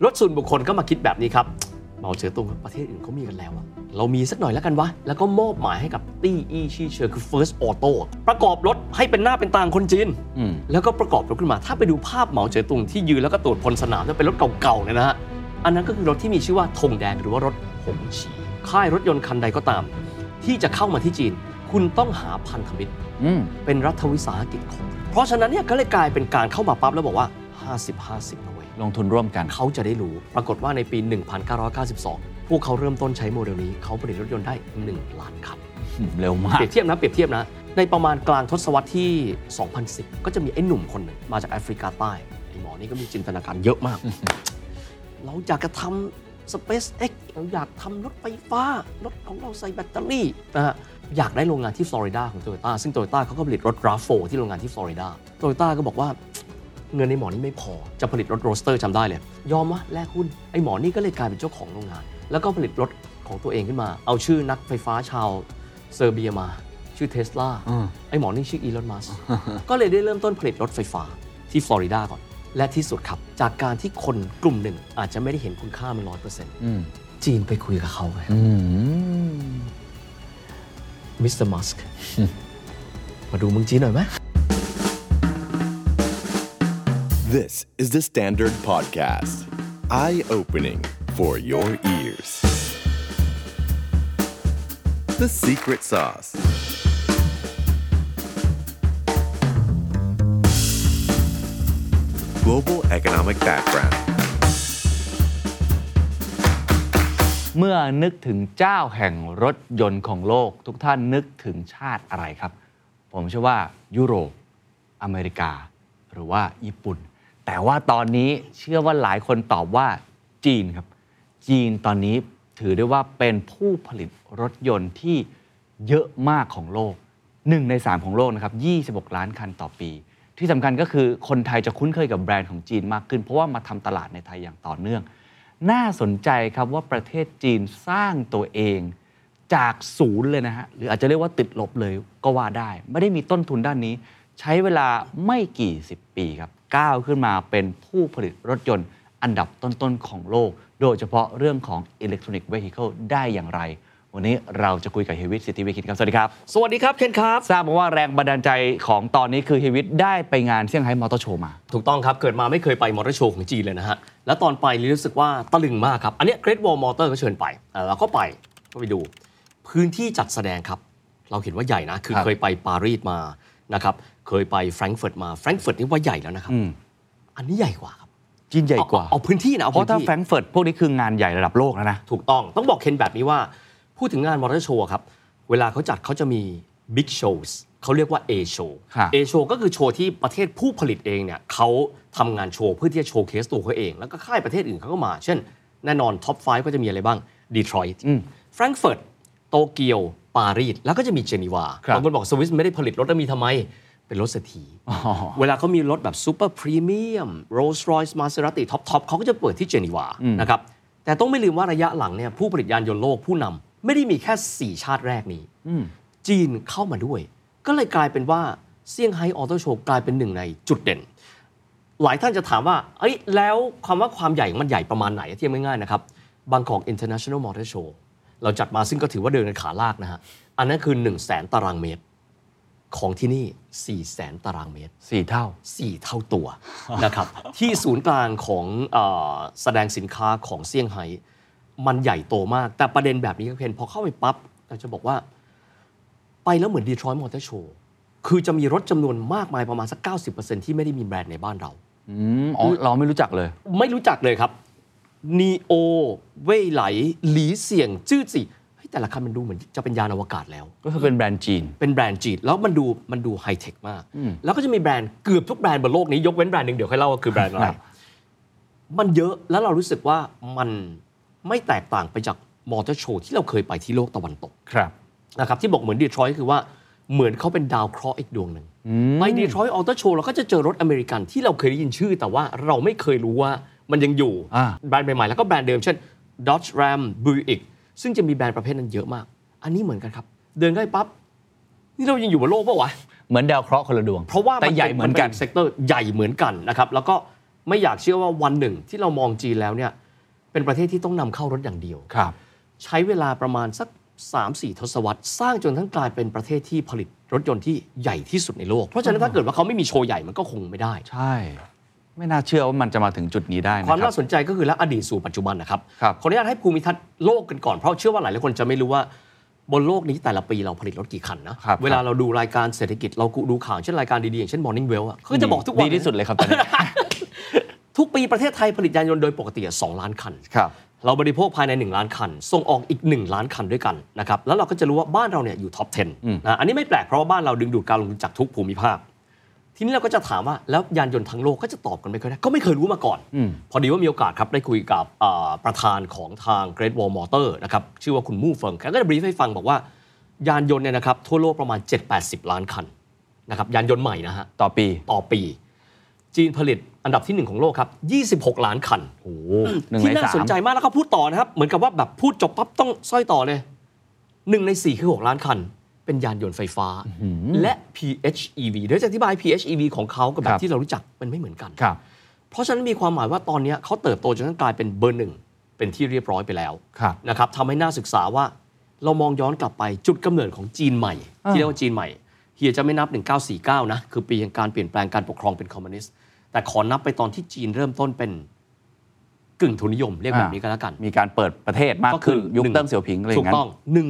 รถส่วนบุคคลก็มาคิดแบบนี้ครับเหมาเจ๋อตุงประเทศอื่นเขามีกันแล้วเรามีสักหน่อยแล้วกันวะแล้วก็มอบหมายให้กับตี้อี้ชี่เชอคือ First Auto ประกอบรถให้เป็นหน้าเป็นตาคนจีนแล้วก็ประกอบรถขึ้นมาถ้าไปดูภาพเหมาเจ๋อตุงที่ยืนแล้วก็ตรวจพลสนามจะเป็นรถเก่าๆเนี่ยนะฮะอันนั้นก็คือรถที่มีชื่อว่าธงแดงหรือว่ารถหงฉีค่ายรถยนต์คันใดก็ตามที่จะเข้ามาที่จีนคุณต้องหาพันธมิตรเป็นรัฐวิสาหกิจของเพราะฉะนั้นเนี่ยก็เลยกลายเป็นการเข้ามาปั๊บแล้วบอกว่า50-50นะเว้ยลงทุนร่วมกันเขาจะได้รู้ปรากฏว่าในปี 1992 พวกเขาเริ่มต้นใช้โมเดลนี้เขาผลิตรถยนต์ได้1 ล้านคันเร็วมากเปรียบเทียบนะในประมาณกลางทศวรรษที่ 2010 ก็จะมีไอ้หนุ่มคนหนึ่งมาจากแอฟริกาใต้ไอ้หมอนี่ก็มีจินตนาการเยอะมาก เราอยากจะทำ SpaceX เราอยากทำรถไฟฟ้ารถของเราใส่แบตเตอรี่นะฮะอยากได้โรงงานที่ฟลอริดาของ Toyota ซึ่ง Toyota เขาก็ผลิตรถ RAV4 ที่โรงงานที่ฟลอริดา Toyota ก็บอกว่าเงินในหมอนี่ไม่พอจะผลิตรถโรสเตอร์จำได้เลยยอมวะแลกหุ้นไอ้หมอนี่ก็เลยกลายเป็นเจ้าของโรงงานแล้วก็ผลิตรถของตัวเองขึ้นมาเอาชื่อนักไฟฟ้าชาวเซอร์เบียมาชื่อ Tesla ไอ้หมอนี่ชื่ออีลอนมัสก์ก็เลยได้เริ่มต้นผลิตรถไฟฟ้าที่ฟลอริดาก่อนและที่สุดครับจากการที่คนกลุ่มหนึ่งอาจจะไม่ได้เห็นคุณค่ามัน 100% จีนไปคุยกับเขาไงมิสเตอร์มัสก์มาดูเมืองจีนหน่อยไหม This is the Standard Podcast. Eye-opening for your ears. The Secret Sauce. Global Economic Background. เมื่อนึกถึงเจ้าแห่งรถยนต์ของโลกทุกท่านนึกถึงชาติอะไรครับผมเชื่อว่ายุโรปอเมริกาหรือว่าญี่ปุ่นแต่ว่าตอนนี้เชื่อว่าหลายคนตอบว่าจีนครับจีนตอนนี้ถือได้ว่าเป็นผู้ผลิตรถยนต์ที่เยอะมากของโลก1 ใน 3ของโลกนะครับ26 ล้านคันต่อปีที่สำคัญก็คือคนไทยจะคุ้นเคยกับแบรนด์ของจีนมากขึ้นเพราะว่ามาทำตลาดในไทยอย่างต่อเนื่องน่าสนใจครับว่าประเทศจีนสร้างตัวเองจากศูนย์เลยนะฮะหรืออาจจะเรียกว่าติดลบเลยก็ว่าได้ไม่ได้มีต้นทุนด้านนี้ใช้เวลาไม่กี่10 ปีครับก้าวขึ้นมาเป็นผู้ผลิตรถยนต์อันดับต้นๆของโลกโดยเฉพาะเรื่องของ Electronic Vehicle ได้อย่างไรวันนี้เราจะคุยกับเฮวิตสิทธิวิคิดครับสวัสดีครับสวัสดีครับเคนครับทราบมาว่าแรงบันดาลใจของตอนนี้คือเฮวิตได้ไปงานเซี่ยงไฮ้มอเตอร์โชว์มาถูกต้องครับเกิดมาไม่เคยไปมอเตอร์โชว์ของจีนเลยนะฮะแล้วตอนไปรู้สึกว่าตะลึงมากครับอันนี้ Great Wall Motor ก็เชิญไปเราก็ไปดูพื้นที่จัดแสดงครับเราเห็นว่าใหญ่นะคือเคยไปปารีสมานะครับเคยไปแฟรงก์เฟิร์ตมาแฟรงก์เฟิร์ตนี่ว่าใหญ่แล้วนะครับอันนี้ใหญ่กว่าครับจีนใหญ่กว่าเอาพื้นที่นะเพราะถ้าแฟรงก์เฟิร์ตพวกนี้คืองานใหญ่ระดับโลกแล้วนะถูกต้องบอกเคนแบบนี้ว่าพูดถึงงานมอเตอร์โชว์ครับเวลาเขาจัดเขาจะมี Big Shows เขาเรียกว่า A Show A Show ก็คือโชว์ที่ประเทศผู้ผลิตเองเนี่ยเขาทำงานโชว์เพื่อที่จะโชว์เคสตัวเขาเองแล้วก็ค่ายประเทศอื่นเขาก็มาเช่นแน่นอนท็อป 5 ก็จะมีอะไรบ้างดีทรอยต์แฟรงก์เฟิร์ตโตเกียวปารีสแล้วก็จะมีเจนีวาบางคนบอกสวิสไม่ได้ผลิตรถแล้วมีทำไมเป็นรถเศรษฐีเวลาเขามีรถแบบซูเปอร์พรีเมียมโรลส์รอยซ์มาเซราติท็อปเขาก็จะเปิดที่เจนีวานะครับแต่ต้องไม่ลืมว่าระยะหลังเนี่ยผู้ผลิตยานยนต์โลกผู้นำไม่ได้มีแค่4ชาติแรกนี้จีนเข้ามาด้วยก็เลยกลายเป็นว่าเซี่ยงไฮ้ออโต้โชว์กลายเป็นหนึ่งในจุดเด่นหลายท่านจะถามว่าแล้วความใหญ่มันใหญ่ประมาณไหนเทียบง่ายๆนะครับบางกอก International Motor Show เราจัดมาซึ่งก็ถือว่าเดินกันขาลากนะฮะอันนั้นคือ 100,000 ตารางเมตรของที่นี่ 400,000 ตารางเมตร 4 เท่าตัว นะครับ ที่ศูนย์กลางของแสดงสินค้าของเซี่ยงไฮ้มันใหญ่โตมากแต่ประเด็นแบบนี้ก็เห็นพอเข้าไปปั๊บเราจะบอกว่าไปแล้วเหมือนดีทรอยต์มอเตอร์โชว์คือจะมีรถจำนวนมากมายประมาณสัก 90% ที่ไม่ได้มีแบรนด์ในบ้านเราเราไม่รู้จักเลยครับนีโอเว่ยไหลหลีเสี่ยงจื้อจีแต่ละคันมันดูเหมือนจะเป็นยานอวกาศแล้วก็คือเป็นแบรนด์จีนแล้วมันดูไฮเทคมากแล้วก็จะมีแบรนด์เกือบทุกแบรนด์บนโลกนี้ยกเว้นแบรนด์นึงเดี๋ยวค่อยเล่าว่าคือแบรนด์อะไรมันเยอะแล้วเรารู้สึกว่ามันไม่แตกต่างไปจากมอเตอร์โชว์ที่เราเคยไปที่โลกตะวันตกนะครับที่บอกเหมือนดีทรอยต์คือว่าเหมือนเขาเป็นดาวเคราะห์อีกดวงนึงไปดีทรอยต์ออโต้โชว์เราก็จะเจอรถอเมริกันที่เราเคยได้ยินชื่อแต่ว่าเราไม่เคยรู้ว่ามันยังอยู่แบรนด์ใหม่ๆแล้วก็แบรนด์เดิมเช่น Dodge Ram Buick ซึ่งจะมีแบรนด์ประเภทนั้นเยอะมากอันนี้เหมือนกันครับเดินใกล้ปั๊บนี่เรายังอยู่บนโลกป่ะวะเหมือนดาวเคราะห์คนละดวงเพราะว่าแต่ใหญ่เหมือนกันเซกเตอร์ใหญ่เหมือนกันนะครับแล้วก็ไม่อยากเชื่อว่าวันหนึ่งที่เรามองจีนแล้วเนี่ยเป็นประเทศที่ต้องนำเข้ารถอย่างเดียวใช้เวลาประมาณสัก 3-4 ทศวรรษสร้างจนทั้งกลายเป็นประเทศที่ผลิตรถยนต์ที่ใหญ่ที่สุดในโลกเพราะฉะนั้นถ้าเกิดว่าเขาไม่มีโชว์ใหญ่มันก็คงไม่ได้ใช่ไม่น่าเชื่อว่ามันจะมาถึงจุดนี้ได้ความน่าสนใจก็คือและอดีตสู่ปัจจุบันนะครับขออนุญาตให้ภูมิทัศน์โลกกันก่อนเพราะเชื่อว่าหลายคนจะไม่รู้ว่าบนโลกนี้แต่ละปีเราผลิตรถกี่คันนะเวลาเราดูรายการเศรษฐกิจเราดูข่าวเช่นรายการดีๆอย่างเช่น Morning Well เขาจะบอกทุกวันดีที่สุดเลยครับตอนนี้ทุกปีประเทศไทยผลิตยานยนต์โดยปกติ2 ล้านคันเราบริโภคภายใน1 ล้านคันส่งออกอีก1 ล้านคันด้วยกันนะครับแล้วเราก็จะรู้ว่าบ้านเราเนี่ยอยู่ท็อป 10นะอันนี้ไม่แปลกเพราะว่าบ้านเราดึงดูดการลงทุนจากทุกภูมิภาคทีนี้เราก็จะถามว่าแล้วยานยนต์ทั้งโลกก็จะตอบกันไม่ค่อยได้ก็ไม่เคยรู้มาก่อนพอดีว่ามีโอกาสครับได้คุยกับประธานของทาง Great Wall Motor นะครับชื่อว่าคุณมู่เฟิงแกก็จะบรีฟให้ฟังบอกว่ายานยนต์เนี่ยนะครับทั่วโลกประมาณ 7-80 ล้านคันนะครับยานยนต์ใหม่นะฮะต่อปีจีนผลิตอันดับที่1ของโลกครับ26 ล้านคันโอ้ที่น่าสนใจมากแล้วก็พูดต่อนะครับเหมือนกับว่าแบบพูดจบปั๊บต้องสร้อยต่อเลย1 ใน 4คือ6 ล้านคันเป็นยานยนต์ไฟฟ้าและ PHEV เดี๋ยวจะอธิบาย PHEV ของเขากับแบบที่เรารู้จักมันไม่เหมือนกันเพราะฉะนั้นมีความหมายว่าตอนนี้เขาเติบโตจนกลายเป็นเบอร์1เป็นที่เรียบร้อยไปแล้วนะครับทำให้น่าศึกษาว่าเรามองย้อนกลับไปจุดกำเนิดของจีนใหม่ที่เรียกว่าจีนใหม่เฮียจะไม่นับ1949นะคือปีแห่งการเปลี่ยนแปลงการปกครองเป็นคอมมิวนิสต์แต่ขอนับไปตอนที่จีนเริ่มต้นเป็นกึ่งทุนนิยมเรียกแบบนี้ก็แล้วกันมีการเปิดประเทศมากขึ้นยุคเติ้งเสี่ยวผิงอะไรอย่างนั้นถูกต้อง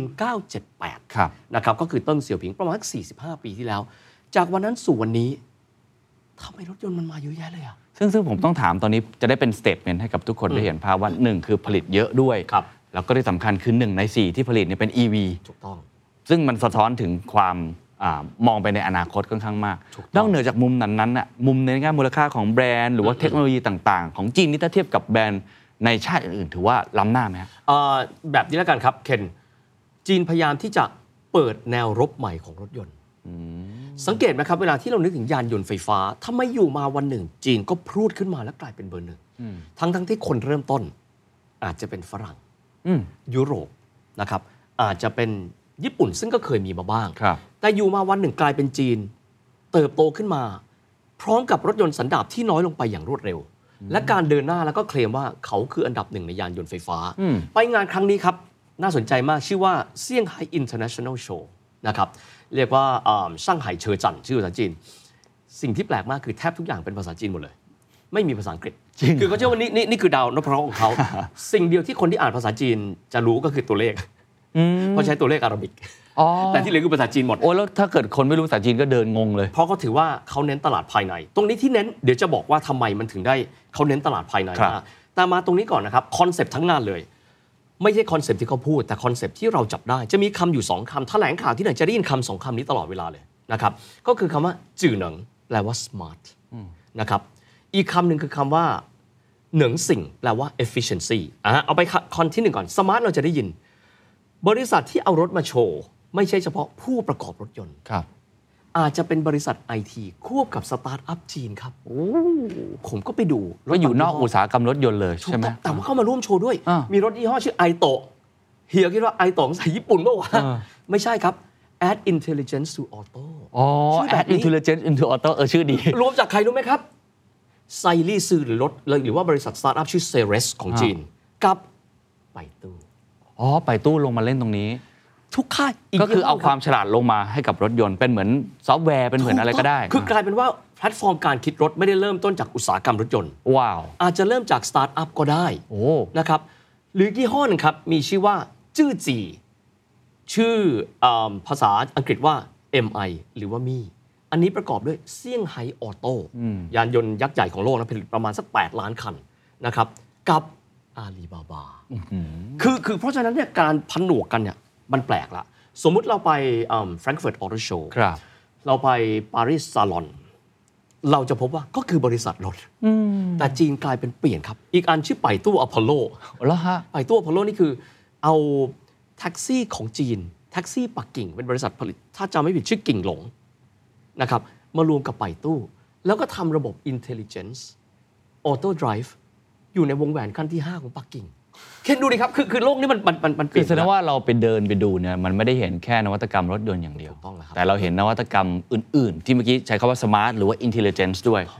1978นะครับก็คือเติ้งเสี่ยวผิงประมาณ45 ปีที่แล้วจากวันนั้นสู่วันนี้ทำไมรถยนต์มันมาเยอะแยะเลยอ่ะซึ่งผมต้องถามตอนนี้จะได้เป็นสเตทเมนต์ให้กับทุกคนได้เห็นภาพว่า1คือผลิตเยอะด้วยแล้วก็ที่สำคัญคือ1 ใน 4ที่ผลิตเนี่ยเป็น EV ถูกต้องซึ่งมันสะท้อนถึงความมองไปในอนาคตค่อนข้างมากนอกเหนือจากมุมนั้นน่ะมุมในแง่มูลค่าของแบรนด์หรือว่าเทคโนโลยีต่างๆของจีนนี่ถ้าเทียบกับแบรนด์ในชาติอื่นๆถือว่าล้ำหน้าไหมครับแบบนี้แล้วกันครับเคนจีนพยายามที่จะเปิดแนวรบใหม่ของรถยนต์สังเกตไหมครับเวลาที่เรานึกถึงยานยนต์ไฟฟ้าทำไมอยู่มาวันหนึ่งจีนก็พรูดขึ้นมาแล้วกลายเป็นเบอร์ 1ทั้งที่คนเริ่มต้นอาจจะเป็นฝรั่งยุโรปนะครับอาจจะเป็นญี่ปุ่นซึ่งก็เคยมีมาบ้างแต่อยู่มาวันหนึ่งกลายเป็นจีนเติบโตขึ้นมาพร้อมกับรถยนต์สันดาปที่น้อยลงไปอย่างรวดเร็วและการเดินหน้าแล้วก็เคลมว่าเขาคืออันดับ1ในยานยนต์ไฟฟ้าไปงานครั้งนี้ครับน่าสนใจมากชื่อว่าเซี่ยงไฮ้ International Show นะครับเรียกว่าช่างไห่เชอจั่นชื่อภาษาจีนสิ่งที่แปลกมากคือแทบทุกอย่างเป็นภาษาจีนหมดเลยไม่มีภาษาอังกฤษคือเขาเชื่อว่านี่คือดาวนพเคราะห์ของเขา สิ่งเดียวที่คนที่อ่านภาษาจีนจะรู้ก็คือตัวเลขเพราะใช้ตัวเลขอาหรับิกแต่ที่เหลือคือภาษาจีนหมดโอ้แล้วถ้าเกิดคนไม่รู้ภาษาจีนก็เดินงงเลยเพราะเขาถือว่าเขาเน้นตลาดภายในตรงนี้ที่เน้นเดี๋ยวจะบอกว่าทำไมมันถึงได้เขาเน้นตลาดภายในนะแต่มาตรงนี้ก่อนนะครับคอนเซปต์ทั้งงานเลยไม่ใช่คอนเซปต์ที่เขาพูดแต่คอนเซปต์ที่เราจับได้จะมีคำอยู่2คำแถลงข่าวที่ไหนจะได้ยินคำ2คำนี้ตลอดเวลาเลยนะครับก็คือคำว่าจื่อเหนิงแปลว่า smart นะครับอีกคำหนึ่งคือคำว่าเหนิงสิ่งแปลว่า efficiency เอาไปคอนที่1ก่อน smart เราจะได้ยินบริษัทที่เอารถมาโชว์ไม่ใช่เฉพาะผู้ประกอบรถยนต์อาจจะเป็นบริษัท IT ควบกับสตาร์ทอัพจีนครับผมก็ไปดูว่าอยู่นอกอุตสาหกรรมรถยนต์เลยใช่ไหมแต่ว่าเข้ามาร่วมโชว์ด้วยมีรถยี่ห้อชื่อไอโตะเฮียคิดว่าไอโตะใส่ญี่ปุ่นป่าวะไม่ใช่ครับ Add Intelligence to Auto Add Intelligence into Auto ชื่อดีรวมจากใครรู้ไหมครับไซลี่ซือหรือว่าบริษัทสตาร์ทอัพชื่อเซเรสของจีนกับไปตู้ไปตู้ลงมาเล่นตรงนี้ทุกค่ายก็คือเอาความฉลาดลงมาให้กับรถยนต์เป็นเหมือนซอฟต์แวร์เป็นเหมือนอะไรก็ได้คือกลายเป็นว่าแพลตฟอร์มการคิดรถไม่ได้เริ่มต้นจากอุตสาหกรรมรถยนต์ว้าวอาจจะเริ่มจากสตาร์ทอัพก็ได้นะครับหรือยี่ห้อหนึ่งครับมีชื่อว่าจื้อจีชื่อภาษาอังกฤษว่า MI หรือว่ามีอันนี้ประกอบด้วยเซี่ยงไฮ้ออโต้ยานยนต์ยักษ์ใหญ่ของโลกนะผลิตประมาณสัก8 ล้านคันนะครับกับอาลีบาบาคือเพราะฉะนั้นเนี่ยการผนวกกันเนี่ยมันแปลกละสมมุติเราไปแฟรงก์เฟิร์ตออโต้โชว์เราไปปารีสซาลอนเราจะพบว่าก็คือบริษัทรถแต่จีนกลายเป็นเปลี่ยนครับอีกอันชื่อไปตู้อพอลโลแล้วฮะไปตู้อพอลโลนี่คือเอาแท็กซี่ของจีนแท็กซี่ปักกิ่งเป็นบริษัทผลิตถ้าจำไม่ผิดชื่อกิ่งหลงนะครับมารวมกับไปตู้แล้วก็ทำระบบ Intelligence Auto Drive อยู่ในวงแหวนขั้นที่5ของปักกิ่งเคนดูดิครับคือโลกนี้มันเปลี่ยนแสดงว่าเราไปเดินไปดูเนี่ยมันไม่ได้เห็นแค่นวัตกรรมรถยนต์อย่างเดียวแต่เราเห็นนวัตกรรมอื่นๆที่เมื่อกี้ใช้คำว่า smart หรือว่า intelligence ด้วย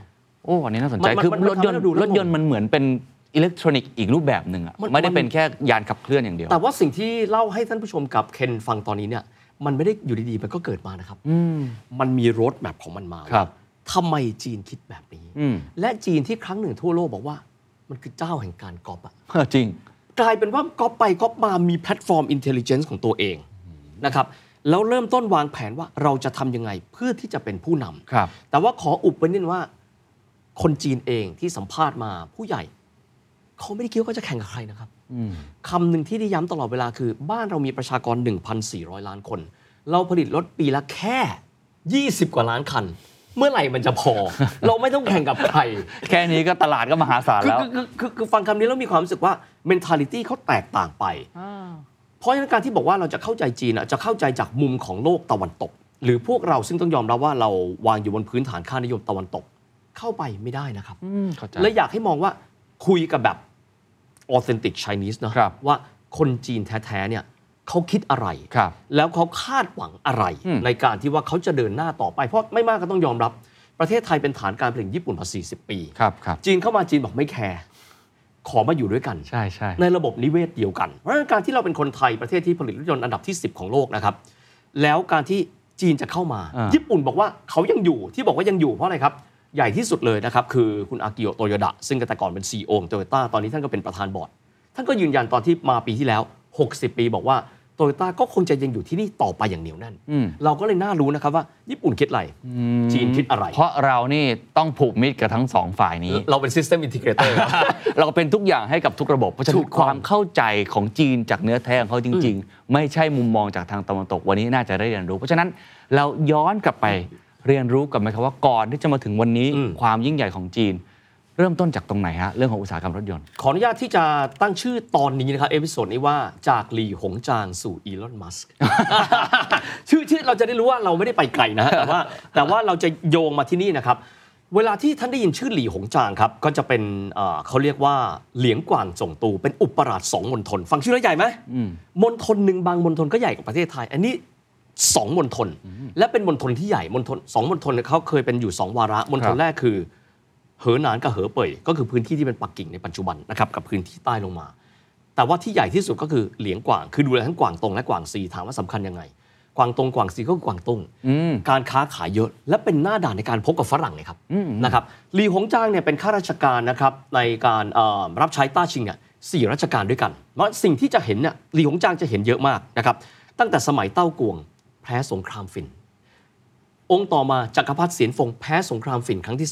โอ้อันนี้น่าสนใจคือรถยนต์มันเหมือนเป็นอิเล็กทรอนิกส์อีกรูปแบบหนึ่งอ่ะไม่ได้เป็นแค่ยานขับเคลื่อนอย่างเดียวแต่ว่าสิ่งที่เล่าให้ท่านผู้ชมกับเคนฟังตอนนี้เนี่ยมันไม่ได้อยู่ดีๆมันก็เกิดมานะครับมันมีรถแบบของมันมาทำไมจีนคิดแบบนี้และจีนที่ครั้งหนึ่งทั่วโลกบอกว่ามันคือเจ้าแห่งการก๊อปอ่ะจริงกลายเป็นว่าก๊อปไปก๊อปมามีแพลตฟอร์มอินเทลลิเจนซ์ของตัวเองนะครับแล้วเริ่มต้นวางแผนว่าเราจะทำยังไงเพื่อที่จะเป็นผู้นำแต่ว่าขออุบไว้นิดว่าคนจีนเองที่สัมภาษณ์มาผู้ใหญ่เขาไม่ได้คิดว่าเขาจะแข่งกับใครนะครับคำหนึ่งที่ได้ย้ำตลอดเวลาคือบ้านเรามีประชากร 1,400 ล้านคนเราผลิตรถปีละแค่20กว่าล้านคันเมื่อไหร่มันจะพอ เราไม่ต้องแข่งกับใครแค่นี้ก็ตลาดก็มหาศาลแล้วคือฟังคำนี้แล้วมีความรู้สึกว่า mentality เขาแตกต่างไปเพราะฉะนั้นการที่บอกว่าเราจะเข้าใจจีนจะเข้าใจจากมุมของโลกตะวันตกหรือพวกเราซึ่งต้องยอมรับว่าเราวางอยู่บนพื้นฐานค่านิยมตะวันตกเข้าไปไม่ได้นะครับและอยากให้มองว่าคุยกับแบบ authentic Chinese นะว่าคนจีนแท้ๆเนี่ยเขาคิดอะไรแล้วเขาคาดหวังอะไรในการที่ว่าเขาจะเดินหน้าต่อไปเพราะไม่มากก็ต้องยอมรับประเทศไทยเป็นฐานการผลิตญี่ปุ่นมา40 ปีจีนเข้ามาจีนบอกไม่แคร์ขอมาอยู่ด้วยกันในระบบนิเวศเดียวกันเพราะฉะนั้นการที่เราเป็นคนไทยประเทศที่ผลิตรถยนต์อันดับที่10ของโลกนะครับแล้วการที่จีนจะเข้ามาญี่ปุ่นบอกว่าเขายังอยู่ที่บอกว่ายังอยู่เพราะอะไรครับใหญ่ที่สุดเลยนะครับคือคุณอากิโอะโตโยดะซึ่งแต่ก่อนเป็น CEO ของ Toyota ตอนนี้ท่านก็เป็นประธานบอร์ดท่านก็ยืนยันตอนที่มาปีที่แล้ว60 ปีบอกว่าโตโยต้าก็คงจะยังอยู่ที่นี่ต่อไปอย่างเหนียวแน่นเราก็เลยน่ารู้นะครับว่าญี่ปุ่นคิดอะไรจีนคิดอะไรเพราะเรานี่ต้องผูกมิตรกับทั้งสองฝ่ายนี้เราเป็น System Integrator เราเป็นทุกอย่างให้กับทุกระบบเพราะฉะนั้นความเข้าใจของจีนจากเนื้อแท้ของเขาจริงๆไม่ใช่มุมมองจากทางตะวันตกวันนี้น่าจะได้เรียนรู้เพราะฉะนั้นเราย้อนกลับไปเรียนรู้กันไหมครับว่าก่อนที่จะมาถึงวันนี้ความยิ่งใหญ่ของจีนเริ่มต้นจากตรงไหนฮะเรื่องของอุตสาหกรรมรถยนต์ขออนุญาตที่จะตั้งชื่อตอนนี้นะครับเอพิโซดนี้ว่าจากหลี่หงจางสู่อีลอนมัสก์ ชื่อเราจะได้รู้ว่าเราไม่ได้ไปไกลนะแต่ว่าเราจะโยงมาที่นี่นะครับเวลาที่ท่านได้ยินชื่อหลี่หงจางครับก็จะเป็นเขาเรียกว่าเหลียงกวางจงตูเป็นอุปราช2มณฑลฟังชื่อแล้วใหญ่ไหมมณฑลหนึ่งบางมณฑลก็ใหญ่กว่าประเทศไทยอันนี้2มณฑลและเป็นมณฑลที่ใหญ่มณฑล2มณฑลเขาเคยเป็นอยู่2วาระมณฑลแรกคือเหอหนานกับเหอเป่ยก็คือพื้นที่ที่เป็นปักกิ่งในปัจจุบันนะครับกับพื้นที่ใต้ลงมาแต่ว่าที่ใหญ่ที่สุดก็คือเหลียงกวางคือดูแลทั้งกวางตงและกวางซีถามว่าสำคัญยังไงกวางตงกวางซีก็คือกวางตุ้งการค้าขายเยอะและเป็นหน้าด่านในการพบกับฝรั่งเลยครับนะครับหลี่หงจางเนี่ยเป็นข้าราชการนะครับในการรับใช้ต้าชิงเนี่ย4ราชการด้วยกันเพราะสิ่งที่จะเห็นเนี่ยหลี่หงจางจะเห็นเยอะมากนะครับตั้งแต่สมัยเต้ากวงแพ้สงครามฝิ่นองค์ต่อมาจักรพรรดิเสียนฟงแพ้สงครามฝิ่นครั้งที่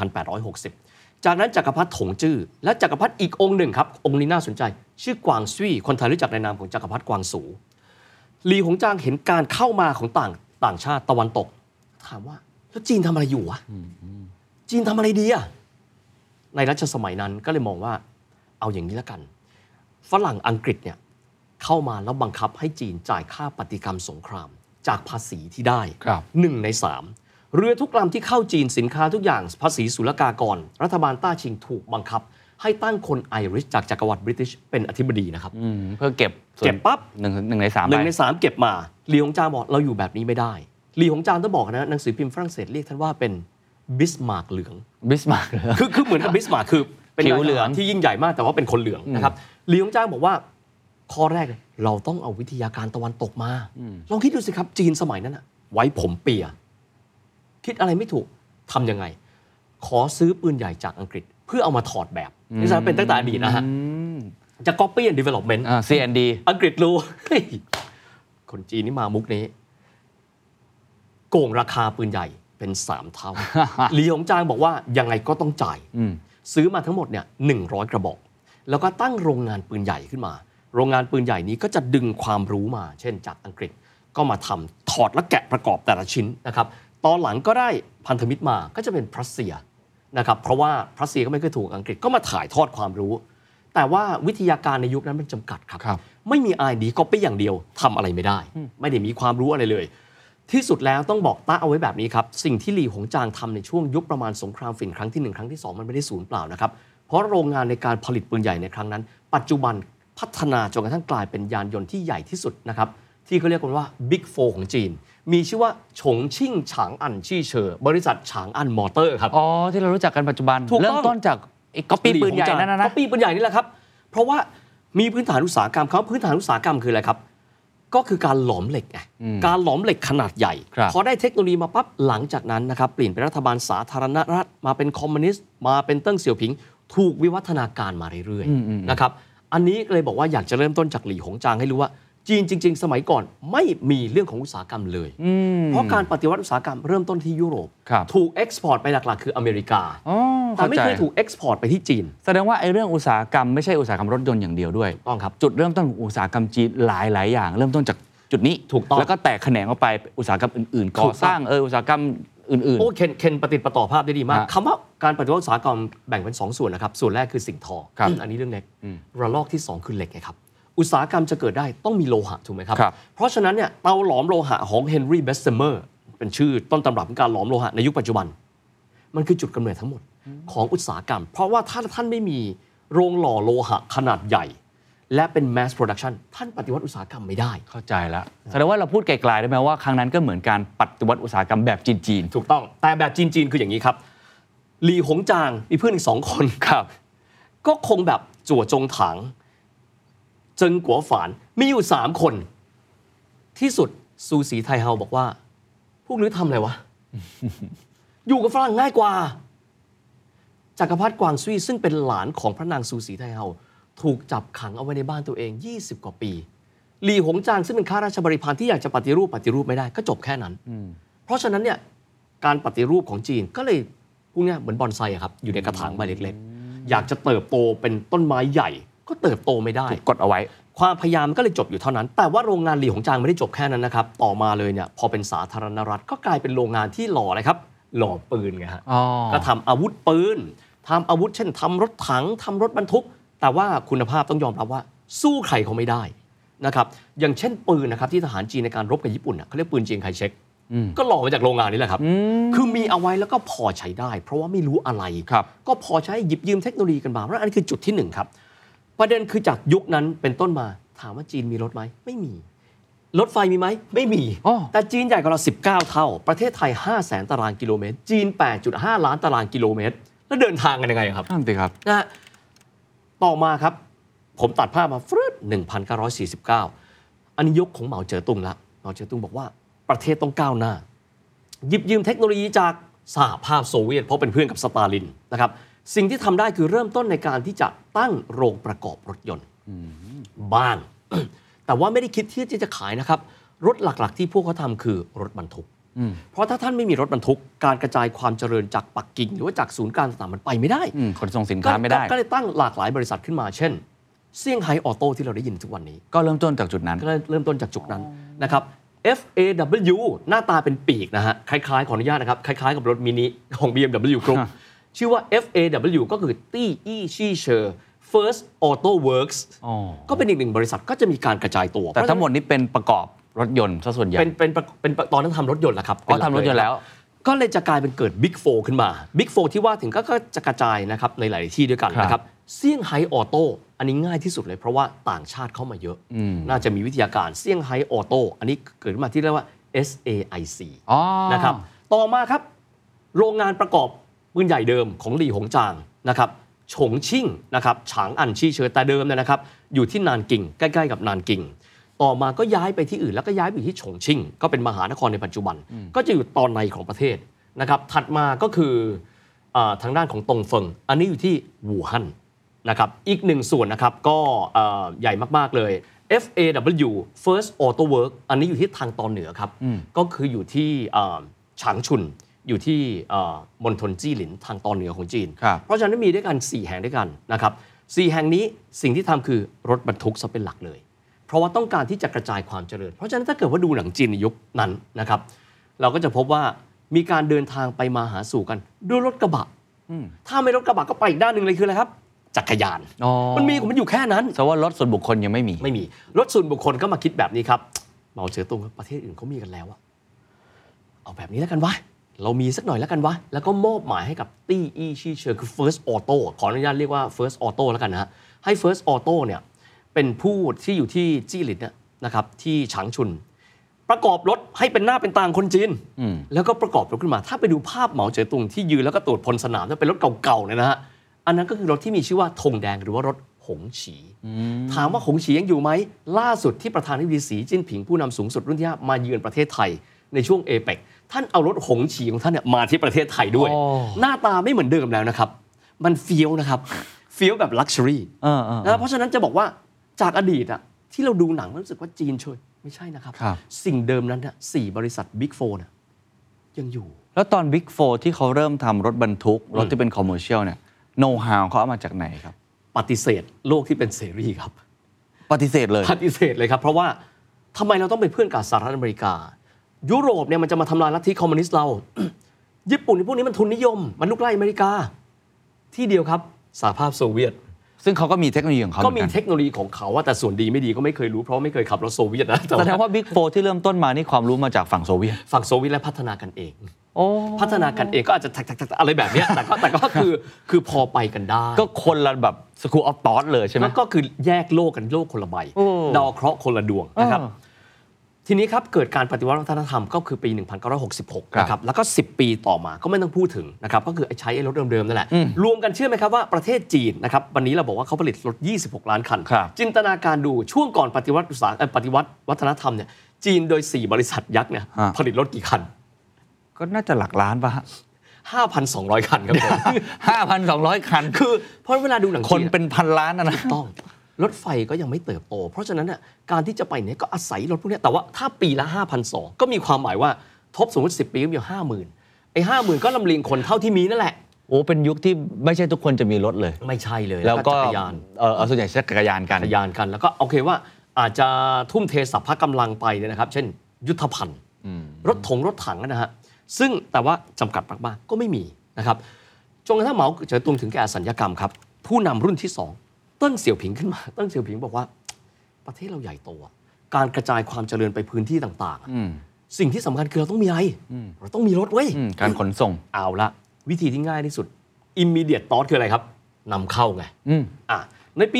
2 1860จากนั้นจักรพรรดิถงจื้อและจักรพรรดิอีกองค์หนึ่งครับองค์นี้น่าสนใจชื่อกวางซุยคนไทยรู้จักในนามของจักรพรรดิกวางสูหลี่หงจางเห็นการเข้ามาของต่างชาติตะวันตกถามว่าแล้วจีนทำอะไรอยู่วะจีนทำอะไรดีอะในรัชสมัยนั้นก็เลยมองว่าเอาอย่างนี้แล้วกันฝรั่งอังกฤษเนี่ยเข้ามาแล้วบังคับให้จีนจ่ายค่าปฏิกรรมสงครามจากภาษีที่ได้1 ใน 3เรือทุกลำที่เข้าจีนสินค้าทุกอย่างภาษีศุลกากรรัฐบาลต้าชิงถูกบังคับให้ตั้งคนไอริชจากจักรวรรดิบริติชเป็นอธิบดีนะครับเพื่อเก็บปั๊บ 1 ใน 3 1 ใน 3เก็บมาหลี่หงจางบอกเราอยู่แบบนี้ไม่ได้หลี่หงจางต้องบอกนะหนังสือพิมพ์ฝรั่งเศสเรียกท่านว่าเป็นบิสมาร์กเหลืองคือเหมือนกับบิสมาร์กคือเป็นผิวเหลืองที่ยิ่งใหญ่มากแต่ว่าเป็นคนเหลืองนะครับหลี่หงจางบอกว่าข้อแรกเราต้องเอาวิทยาการตะวันตกมาลองคิดดูสิครับจีนสมัยนั้นไว้ผมเปียคิดอะไรไม่ถูกทำยังไงขอซื้อปืนใหญ่จากอังกฤษเพื่อเอามาถอดแบบนี่จะเป็นตั้งแต่อดีตนะฮะจะ copy and development C&D อังกฤษรู้คนจีนนี่มามุกนี้โกงราคาปืนใหญ่เป็น3 เท่าหลี่หงจางบอกว่ายังไงก็ต้องจ่ายซื้อมาทั้งหมดเนี่ย100 กระบอกแล้วก็ตั้งโรงงานปืนใหญ่ขึ้นมาโรงงานปืนใหญ่นี้ก็จะดึงความรู้มาเช่นจากอังกฤษก็มาทำถอดและแกะประกอบแต่ละชิ้นนะครับตอนหลังก็ได้พันธมิตรมาก็จะเป็นรัสเซียนะครับเพราะว่ารัสเซียก็ไม่เคยถูกอังกฤษก็มาถ่ายทอดความรู้แต่ว่าวิทยาการในยุคนั้นมันจำกัดครับไม่มี R&D ก็ไปอย่างเดียวทำอะไรไม่ได้ไม่ได้มีความรู้อะไรเลยที่สุดแล้วต้องบอกต้าเอาไว้แบบนี้ครับสิ่งที่หลี่หงจางทำในช่วงยุคประมาณสงครามฝิ่นครั้งที่1ครั้งที่2มันไม่ได้สูญเปล่านะครับเพราะโรงงานในการผลิตปืนใหญ่ในครั้งนั้นปัจจุบันพัฒนาจนกระทั่งกลายเป็นยานยนต์ที่ใหญ่ที่สุดนะครับที่เขาเรียกกันว่า Big 4 ของจีนมีชื่อว่าฉงชิ่งฉางอั่นชี่เชอบริษัทฉางอั่นมอเตอร์ครับอ๋อที่เรารู้จักกันปัจจุบันเริ่มต้นจากก๊อปปี้ปืนใหญ่นั่นนะก๊อปปี้ปืนใหญ่นี่แหละครับเพราะว่ามีพื้นฐานอุตสาหกรรมเขาพื้นฐานอุตสาหกรรมคืออะไรครับก็คือการหลอมเหล็กไงการหลอมเหล็กขนาดใหญ่พอได้เทคโนโลยีมาปั๊บหลังจากนั้นนะครับเปลี่ยนเป็นรัฐบาลสาธารณรัฐมาเป็นคอมมิวนิสต์มาเป็นเติ้งเสี่ยวผิงถูกวิวัฒนาการมาเรื่อยๆนะครับอันนี้เลยบอกว่าอยากจะเริ่มต้นจากหลี่หงจางให้รู้ว่าจีนจริงๆสมัยก่อนไม่มีเรื่องของอุตสาหกรรมเลยเพราะการปฏิวัติอุตสาหกรรมเริ่มต้นที่ยุโรปถูกเอ็กซ์พอร์ตไปหลักๆคืออเมริกาแต่ไม่เคยถูกเอ็กซ์พอร์ตไปที่จีนแสดงว่าไอ้เรื่องอุตสาหกรรมไม่ใช่อุตสาหกรรมรถยนต์อย่างเดียวด้วยต้องครับจุดเริ่มต้นของอุตสาหกรรมจีนหลายอย่างเริ่มต้นจากจุดนี้ถูกต้องแล้วก็แตกแขนงออกไปอุตสาหกรรมอื่นๆก่อสร้างอุตสาหกรรมอื่นๆโอ้เคนปฏิปต่อภาพได้ดีมากคำว่าการปฏิวัติอุตสาหกรรมแบ่งเป็น2ส่วนนะครับส่วนแรกคือสิ่งทออันนี้เรื่องเล็กระลอกที่2คือเหล็กไงครับอุตสาหกรรมจะเกิดได้ต้องมีโลหะถูกไหมครับเพราะฉะนั้นเนี่ยเตาหลอมโลหะของเฮนรี่เบสเซเมอร์เป็นชื่อต้นตำรับของการหลอมโลหะในยุคปัจจุบันมันคือจุดกำเนิดทั้งหมดของอุตสาหกรรมเพราะว่าถ้าท่านไม่มีโรงหล่อโลหะขนาดใหญ่และเป็น mass production ท่านปฏิวัติอุตสาหกรรมไม่ได้เข้าใจแล้วแสดงว่าเราพูดไกลๆได้ไหมว่าครั้งนั้นก็เหมือนการปฏิวัติอุตสาหกรรมแบบจีนๆถูกต้องแต่แบบจีนๆคืออย่างนี้ครับหลี่หงจางมีเพื่อนอีก2คนครับก็คงแบบจั่วจงถางเจิงกัวฝานมีอยู่3คนที่สุดซูสีไทเฮาบอกว่าพวกนี้ทำอะไรวะ อยู่กับฝรั่งง่ายกว่าจักรพรรดิกวางซุยซึ่งเป็นหลานของพระนางซูสีไทเฮาถูกจับขังเอาไว้ในบ้านตัวเอง20กว่าปีหลี่หงจางซึ่งเป็นข้าราชบริพารที่อยากจะปฏิรูปไม่ได้ก็จบแค่นั้นเพราะฉะนั้นเนี่ยการปฏิรูปของจีนก็เลยพวกนี้เหมือนบอนไซครับอยู่ในกระถางใบเล็กๆอยากจะเติบโตเป็นต้นไม้ใหญ่ก็เติบโตไม่ได้กดเอาไว้ความพยายามก็เลยจบอยู่เท่านั้นแต่ว่าโรงงานหลี่หงจางไม่ได้จบแค่นั้นนะครับต่อมาเลยเนี่ยพอเป็นสาธารณรัฐก็กลายเป็นโรงงานที่หล่ออะไรครับหล่อปืนไงฮะก็ทำอาวุธปืนทำอาวุธเช่นทำรถถังทำรถบรรทุกแต่ว่าคุณภาพต้องยอมรับว่าสู้ใครเขาไม่ได้นะครับอย่างเช่นปืนนะครับที่ทหารจีนในการรบกับญี่ปุ่นเขาเรียกปืนเจียงไคเชกก็หล่อมาจากโรงงานนี้แหละครับคือมีเอาไว้แล้วก็พอใช้ได้เพราะว่าไม่รู้อะไรก็พอใช้หยิบยืมเทคโนโลยีกันมาเพราะอันนี้คือจุดที่1ครับประเด็นคือจากยุคนั้นเป็นต้นมาถามว่าจีนมีรถไหมไม่มีรถไฟมีไหมไม่มีแต่จีนใหญ่กว่าเรา19เท่าประเทศไทย 500,000 ตารางกิโลเมตรจีน 8.5 ล้านตารางกิโลเมตรแล้วเดินทางกันยังไงครับนั่นสิครับนะต่อมาครับผมตัดภาพมาฟรึด1949อันนี้ยุคของเหมาเจ๋อตุงละเหมาเจ๋อตุงบอกว่าประเทศต้องก้าวหน้าหยิบยืมเทคโนโลยีจากสหภาพโซเวียตเพราะเป็นเพื่อนกับสตาลินนะครับสิ่งที่ทำได้คือเริ่มต้นในการที่จะตั้งโรงประกอบรถยนต์บ้าง แต่ว่าไม่ได้คิดที่จะขายนะครับรถหลักๆที่พวกเขาทำคือรถบรรทุกเพราะถ้าท่านไม่มีรถบรรทุกการกระจายความเจริญจากปักกิ่งหรือว่าจากศูนย์กลางต่างๆมันไปไม่ได้ขนส่งสินค้าไม่ได้ก็เลยตั้งหลากหลายบริษัทขึ้นมาเช่นเซี่ยงไฮ้ออโต้ที่เราได้ยินทุกวันนี้ก็เริ่มต้นจากจุดนั้นนะครับ FAW หน้าตาเป็นปีกนะฮะคล้ายๆขออนุญาตนะครับคล้ายๆกับรถมินิของ BMW Group ชื่อว่า FAW ก็คือตี้อี้ชี่เชอร์ First Auto Works ก็เป็นอีกหนึ่งบริษัทก็จะมีการกระจายตัวแต่ทั้งหมดนี้เป็นประกอบรถยนต์ซะส่วนใหญ่เป็นตอนนั้นทำรถยนต์แหละครับทำรถยนต์แล้วก็เลยจะกลายเป็นเกิด Big 4 ขึ้นมา Big 4 ที่ว่าถึงก็จะกระจายนะครับในหลายที่ด้วยกันนะครับเซี่ยงไฮ้ออโต้อันนี้ง่ายที่สุดเลยเพราะว่าต่างชาติเข้ามาเยอะน่าจะมีวิทยาการเซี่ยงไฮ้ออโต้อันนี้เกิดขึ้นมาที่เรียกว่า SAIC นะครับต่อมาครับโรงงานประกอบปืนใหญ่เดิมของหลี่หงจางนะครับฉงชิ่งนะครับฉางอั่นชี่เชอแต่เดิมเนี่ยนะครับอยู่ที่นานกิงใกล้ๆกับนานกิงต่อมาก็ย้ายไปที่อื่นแล้วก็ย้ายไปที่ฉงชิ่งก็เป็นมหานครในปัจจุบันก็จะอยู่ตอนในของประเทศนะครับถัดมาก็คือทางด้านของตงเฟิงอันนี้อยู่ที่วู่ฮั่นนะครับอีกหนึ่งส่วนนะครับก็ใหญ่มากๆเลย FAW First Auto Work อันนี้อยู่ที่ทางตอนเหนือครับก็คืออยู่ที่ฉางชุนอยู่ที่มณฑลจี้หลินทางตอนเหนือของจีนเพราะฉะนั้นมีด้วยกัน4แห่งด้วยกันนะครับ4แห่งนี้สิ่งที่ทำคือรถบรรทุกซะเป็นหลักเลยเพราะว่าต้องการที่จะกระจายความเจริญเพราะฉะนั้นถ้าเกิดว่าดูหนังจีนในยุคนั้นนะครับเราก็จะพบว่ามีการเดินทางไปมาหาสู่กันด้วยรถกระบะถ้าไม่รถกระบะก็ไปอีกด้านหนึ่งเลยคืออะไรครับจักรยานมันอยู่แค่นั้นแต่ว่ารถส่วนบุคคลยังไม่มีรถส่วนบุคคลก็มาคิดแบบนี้ครับเหมาเจ๋อตุงประเทศอื่นเขามีกันแล้วอะเอาแบบนี้แล้วกันวะเรามีสักหน่อยแล้วกันวะแล้วก็มอบหมายให้กับตี้อี้ชี่เชอคือ First Auto ขออนุญาตเรียกว่า First Auto แล้วกันนะฮะให้ First Auto เนี่ยเป็นผู้ที่อยู่ที่จี้หลินนะครับที่ฉางชุนประกอบรถให้เป็นหน้าเป็นตาคนจีนแล้วก็ประกอบรถขึ้นมาถ้าไปดูภาพเหมาเจ๋อตุงที่ยืนแล้วก็ตรวจพลสนามจะเป็นรถเก่าๆเนี่ยนะฮะอันนั้นก็คือรถที่มีชื่อว่าธงแดงหรือว่ารถหงฉีถามว่าหงฉียังอยู่ไหมล่าสุดที่ประธานาธิบดีสีจิ้นผิงผู้นำสูงสุดรุ่นที่5มาเยือนประเทศไทยในช่วงเอเปกท่านเอารถหงฉีของท่านเนี่ยมาที่ประเทศไทยด้วยหน้าตาไม่เหมือนเดิมแล้วนะครับมันเฟี้ยวนะครับเฟี้ยวแบบลักชัวรี่นะเพราะฉะนั้นจะบอกว่าจากอดีตอะที่เราดูหนังรู้สึกว่าจีนช่วยไม่ใช่นะครับสิ่งเดิมนั้นน่ะ4บริษัท Big 4น่ะยังอยู่แล้วตอน Big 4ที่เขาเริ่มทำรถบรรทุกรถที่เป็นคอมเมอร์เชียลเนี่ยโน้ตฮาวเขาเอามาจากไหนครับปฏิเสธโลกที่เป็นเสรีครับปฏิเสธเลยครับเพราะว่าทำไมเราต้องเป็นเพื่อนกับสหรัฐอเมริกายุโรปเนี่ยมันจะมาทำลายลัทธิคอมมิวนิสต์เรา ญี่ปุ่นพวกนี้มันทุนนิยมมันลุกไล่อเมริกาที่เดียวครับสหภาพโซเวียตซึ่งเขาก็มีเทคโนโลยีของเขาก็มีเทคโนโลยีของเขาว่าแต่ส่วนดีไม่ดีก็ไม่เคยรู้เพราะไม่เคยขับรถโซเวียตนะแสดงว่าบิ๊กโฟที่เริ่มต้นมานี่ความรู้มาจากฝั่งโซเวียตและพัฒนากันเองพัฒนากันเองก็อาจจะอะไรแบบนี้แต่ก็คือพอไปกันได้ก็คนละแบบสกู๊ปออฟทอทเลยใช่ไหมก็คือแยกโลกกันโลกคนละใบดาวเคราะห์คนละดวงนะครับทีนี้ครับเกิดการปฏิวัติวัฒนธรรมก็คือปี 1966 นะครับแล้วก็10 ปีต่อมาก็ไม่ต้องพูดถึงนะครับก็คือใช้รถเดิมๆนั่นแหละรวมกันเชื่อไหมครับว่าประเทศจีนนะครับวันนี้เราบอกว่าเขาผลิตรถ26 ล้านคันจินตนาการดูช่วงก่อนปฏิวัติวัฒนธรรมเนี่ยจีนโดย4บริษัทยักษ์เนี่ยผลิตรถกี่คันก็น่าจะหลักล้านป่ะ 5,200 คันครับผม 5,200 คันคือเพราะเวลาดูหนังคนเป็นพันล้านนะต้องรถไฟก็ยังไม่เติบโตเพราะฉะนั้นการที่จะไปเนี่ยก็อาศัยรถพวกนี้แต่ว่าถ้าปีละ 5,200 ก็มีความหมายว่าทบสมมติ10 ปีก็มี 50,000 ไอ้ 50,000 ก็ลำเลียงคนเท่าที่มีนั่นแหละโอ้เป็นยุคที่ไม่ใช่ทุกคนจะมีรถเลยไม่ใช่เลยแล้วก็จักรยานส่วนใหญ่จักรยานกันแล้วก็โอเคว่าอาจจะทุ่มเทสรรพกำลังไปเนี่ยนะครับเช่นยุทธภัณฑ์รถถังนะฮะซึ่งแต่ว่าจำกัดมากๆก็ไม่มีนะครับจนกระทั่งเหมาเจ๋อตุงถึงแก่อสัญญกรรมครับผู้นำรุ่นที่2เติ้งเสี่ยวผิงขึ้นมาเติ้งเสี่ยวผิงบอกว่าประเทศเราใหญ่โตการกระจายความเจริญไปพื้นที่ต่างๆสิ่งที่สำคัญคือเราต้องมีอะไรเราต้องมีรถเว้ยการขนส่งเอาละวิธีที่ง่ายที่สุด immediate thought คืออะไรครับนำเข้าไงในปี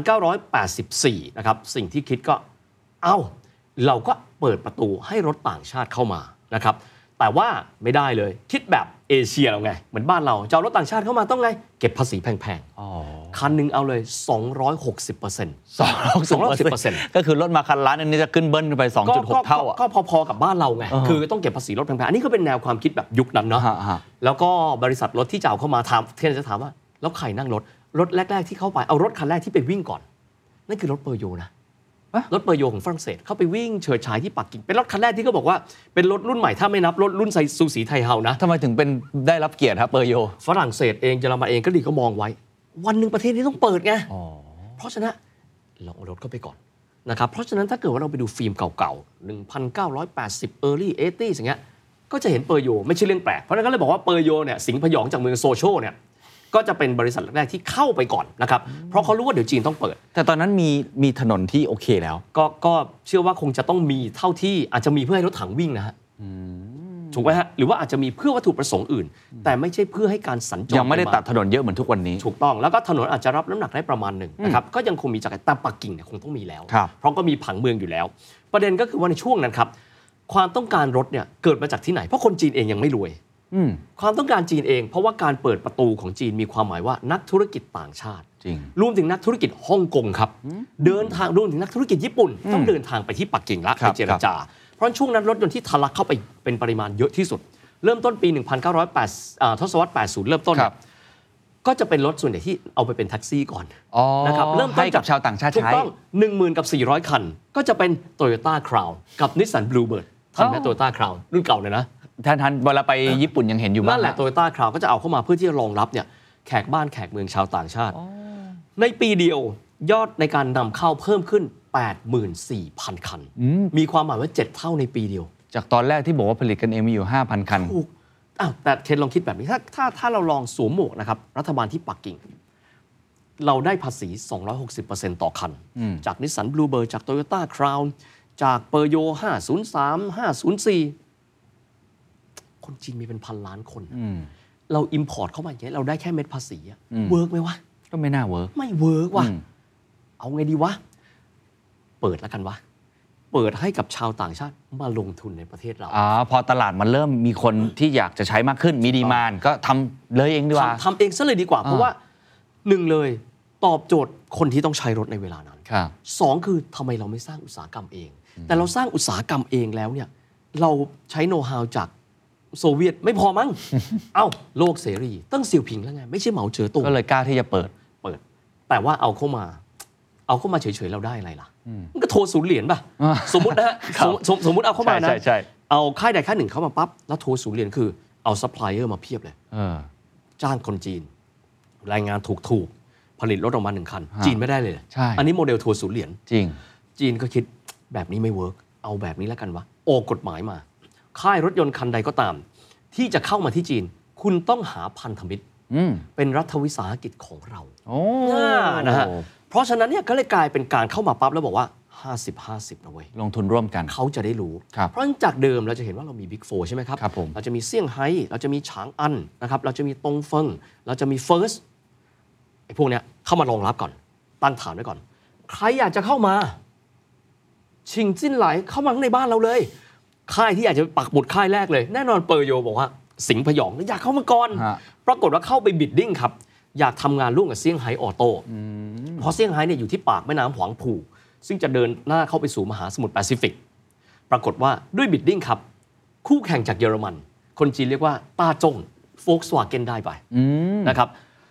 1984 นะครับสิ่งที่คิดก็เราก็เปิดประตูให้รถต่างชาติเข้ามานะครับแต่ว่าไม่ได้เลยคิดแบบเอเชียเราไงเหมือนบ้านเราจะเอารถต่างชาติเข้ามาต้องไงเก็บภาษีแพงๆคันนึงเอาเลย 260% ก็คือรถมาคันล้านอันนี้จะขึ้นเบิ้ลไป 2.6 เท่าก็พอๆกับบ้านเราไงคือต้องเก็บภาษีรถแพงๆอันนี้ก็เป็นแนวความคิดแบบยุคนั้นเนาะแล้วก็บริษัทรถที่จะเอาเข้ามาจะถามว่าแล้วใครนั่งรถแรกๆที่เข้าไปเอารถคันแรกที่ไปวิ่งก่อนนั่นคือรถเปอร์โยนะรถเปอร์โยของฝรั่งเศสเข้าไปวิ่งเฉิดฉายที่ปักกิ่งเป็นรถคันแรกที่เขาบอกว่าเป็นรถรุ่นใหม่ถ้าไม่นับรถรุ่นไซซูสีไทเฮานะทำไมถึงเป็นได้รับเกียรติครับเปอร์โยฝรั่งเศสเองเยอรมันเองก็ดีเขามองไว้วันหนึ่งประเทศนี้ต้องเปิดไงเพราะฉะนั้นเราเอารถเข้าไปก่อนนะครับเพราะฉะนั้นถ้าเกิดว่าเราไปดูฟิล์มเก่าๆ 1980 early 80s อย่างเงี้ยก็จะเห็นเปอร์โยไม่ใช่เรื่องแปลกเพราะฉะนั้นก็เลยบอกว่าเปอร์โยเนี่ยสิงห์พยองจากเมืองโซโชเนี่ยก็จะเป็นบริษัทแรกที่เข้าไปก่อนนะครับเพราะเขารู้ว่าเดี๋ยวจีนต้องเปิดแต่ตอนนั้นมีถนนที่โอเคแล้วก็เชื่อว่าคงจะต้องมีเท่าที่อาจจะมีเพื่อให้รถถังวิ่งนะฮะถูกไหมฮะหรือว่าอาจจะมีเพื่อวัตถุประสงค์อื่นแต่ไม่ใช่เพื่อให้การสัญจรยังไม่ได้ตัดถนนเยอะเหมือนทุกวันนี้ถูกต้องแล้วก็ถนนอาจจะรับน้ำหนักได้ประมาณหนึ่งนะครับก็ยังคงมีจากแต่ปักกิ่งเนี่ยคงต้องมีแล้วเพราะก็มีผังเมืองอยู่แล้วประเด็นก็คือว่าในช่วงนั้นครับความต้องการรถเนี่ยเกิดมาจากที่ไหนเพราะคนจีนเองยังไม่รวยความต้องการจีนเองเพราะว่าการเปิดประตูของจีนมีความหมายว่านักธุรกิจต่างชาติรวมถึงนักธุรกิจฮ่องกงครับเดินทางรวมถึงนักธุรกิจญี่ปุ่นต้องเดินทางไปที่ปักกิ่งละไปเจรจาเพราะช่วงนั้นรถยนต์ที่ทะลักเข้าไปเป็นปริมาณเยอะที่สุดเริ่มต้นปี 1980 ทศวรรษ 80 เริ่มต้นก็จะเป็นรถส่วนใหญ่ที่เอาไปเป็นแท็กซี่ก่อนนะครับเริ่มต้นจากชาวต่างชาติใช้ถูกต้อง 10,000 กับ 400 คันก็จะเป็น Toyota Crown กับ Nissan Bluebird ทันไหม Toyota Crown รุ่นเก่าเลยนะท่านเวลาไปญี่ปุ่นยังเห็นอยู่บ้างนั่นแหละ Toyota Crown ก็จะเอาเข้ามาเพื่อที่จะรองรับเนี่ยแขกบ้านแขกเมืองชาวต่างชาติในปีเดียวยอดในการนำเข้าเพิ่มขึ้น 84,000 คันมีความหมายว่า7เท่าในปีเดียวจากตอนแรกที่บอกว่าผลิตกันเองมีอยู่ 5,000 คันถูกแต่เคนลองคิดแบบนี้ถ้าเราลองสวมหมวกนะครับรัฐบาลที่ปักกิ่งเราได้ภาษี 260% ต่อคันจาก Nissan Bluebird จาก Toyota Crown จาก Peugeot 503 504คนจีนมีเป็นพันล้านคนเราอิมพอร์ตเข้ามาอย่างเงี้ยเราได้แค่เม็ดภาษีเวิร์กไหมวะก็ไม่น่าเวิร์กไม่เวิร์กว่ะเอาไงดีวะเปิดแล้วกันวะเปิดให้กับชาวต่างชาติมาลงทุนในประเทศเราพอตลาดมันเริ่มมีคนที่อยากจะใช้มากขึ้นมีดีมานด์ก็ทำเลยเองดีกว่าทำเองซะเลยดีกว่าเพราะว่า1เลยตอบโจทย์คนที่ต้องใช้รถในเวลานั้น2คือทำไมเราไม่สร้างอุตสาหกรรมเองแต่เราสร้างอุตสาหกรรมเองแล้วเนี่ยเราใช้โน้ตฮาวจากโซเวียตไม่พอมั้ง เอ้าโลกเสรีตั้งเสี่ยวผิงแล้วไงไม่ใช่เหมาเจ๋อตุงก็เลยกล้าที่จะเปิดแต่ว่าเอาเข้ามาเฉยๆเราได้อะไรล่ะมันก็โทรศูนย์เหรียญป่ะสมมุตินะฮะสมมุติเอาเข้ามานะเอาค่ายใดค่ายหนึ่งเข้ามาปั๊บแล้วโทรศูนย์เหรียญคือเอาซัพพลายเออร์มาเพียบเลยจ้างคนจีนแรงงานถูกผลิตรถออกมา1คันจีนไม่ได้เลยอันนี้โมเดลทัวร์ศูนย์เหรียญจริงจีนก็คิดแบบนี้ไม่เวิร์กเอาแบบนี้แล้วกันวะออกกฎหมายมาค่ายรถยนต์คันใดก็ตามที่จะเข้ามาที่จีนคุณต้องหาพันธมิตรเป็นรัฐวิสาหกิจของเรานะฮะเพราะฉะนั้นเนี่ยก็เลยกลายเป็นการเข้ามาปั๊บแล้วบอกว่า50-50นะเว้ยลงทุนร่วมกันเขาจะได้รู้เพราะจากเดิมเราจะเห็นว่าเรามีบิ๊กโฟร์ใช่ไหมครับเราจะมีเซี่ยงไฮ้เราจะมีฉางอันนะครับเราจะมีตงเฟิงเราจะมีเฟิร์สไอ้พวกเนี้ยเข้ามารองรับก่อนตั้งฐานไว้ก่อนใครอยากจะเข้ามาชิงจิ้นไหลเข้ามาในบ้านเราเลยค่ายที่อยากจะปักหมุดค่ายแรกเลยแน่นอนเปอร์โยบอกว่าสิงห์พยองอยากเข้ามาก่อนปรากฏว่าเข้าไปบิดดิ้งครับอยากทำงานร่วมกับเซี่ยงไฮ้ออโต้เพราะเซี่ยงไฮ้เนี่ยอยู่ที่ปากแม่น้ำหวางผู่ซึ่งจะเดินหน้าเข้าไปสู่มหาสมุทรแปซิฟิกปรากฏว่าด้วยบิดดิ้งครับคู่แข่งจากเยอรมันคนจีนเรียกว่าต้าจง Volkswagen ได้ไปนะครับ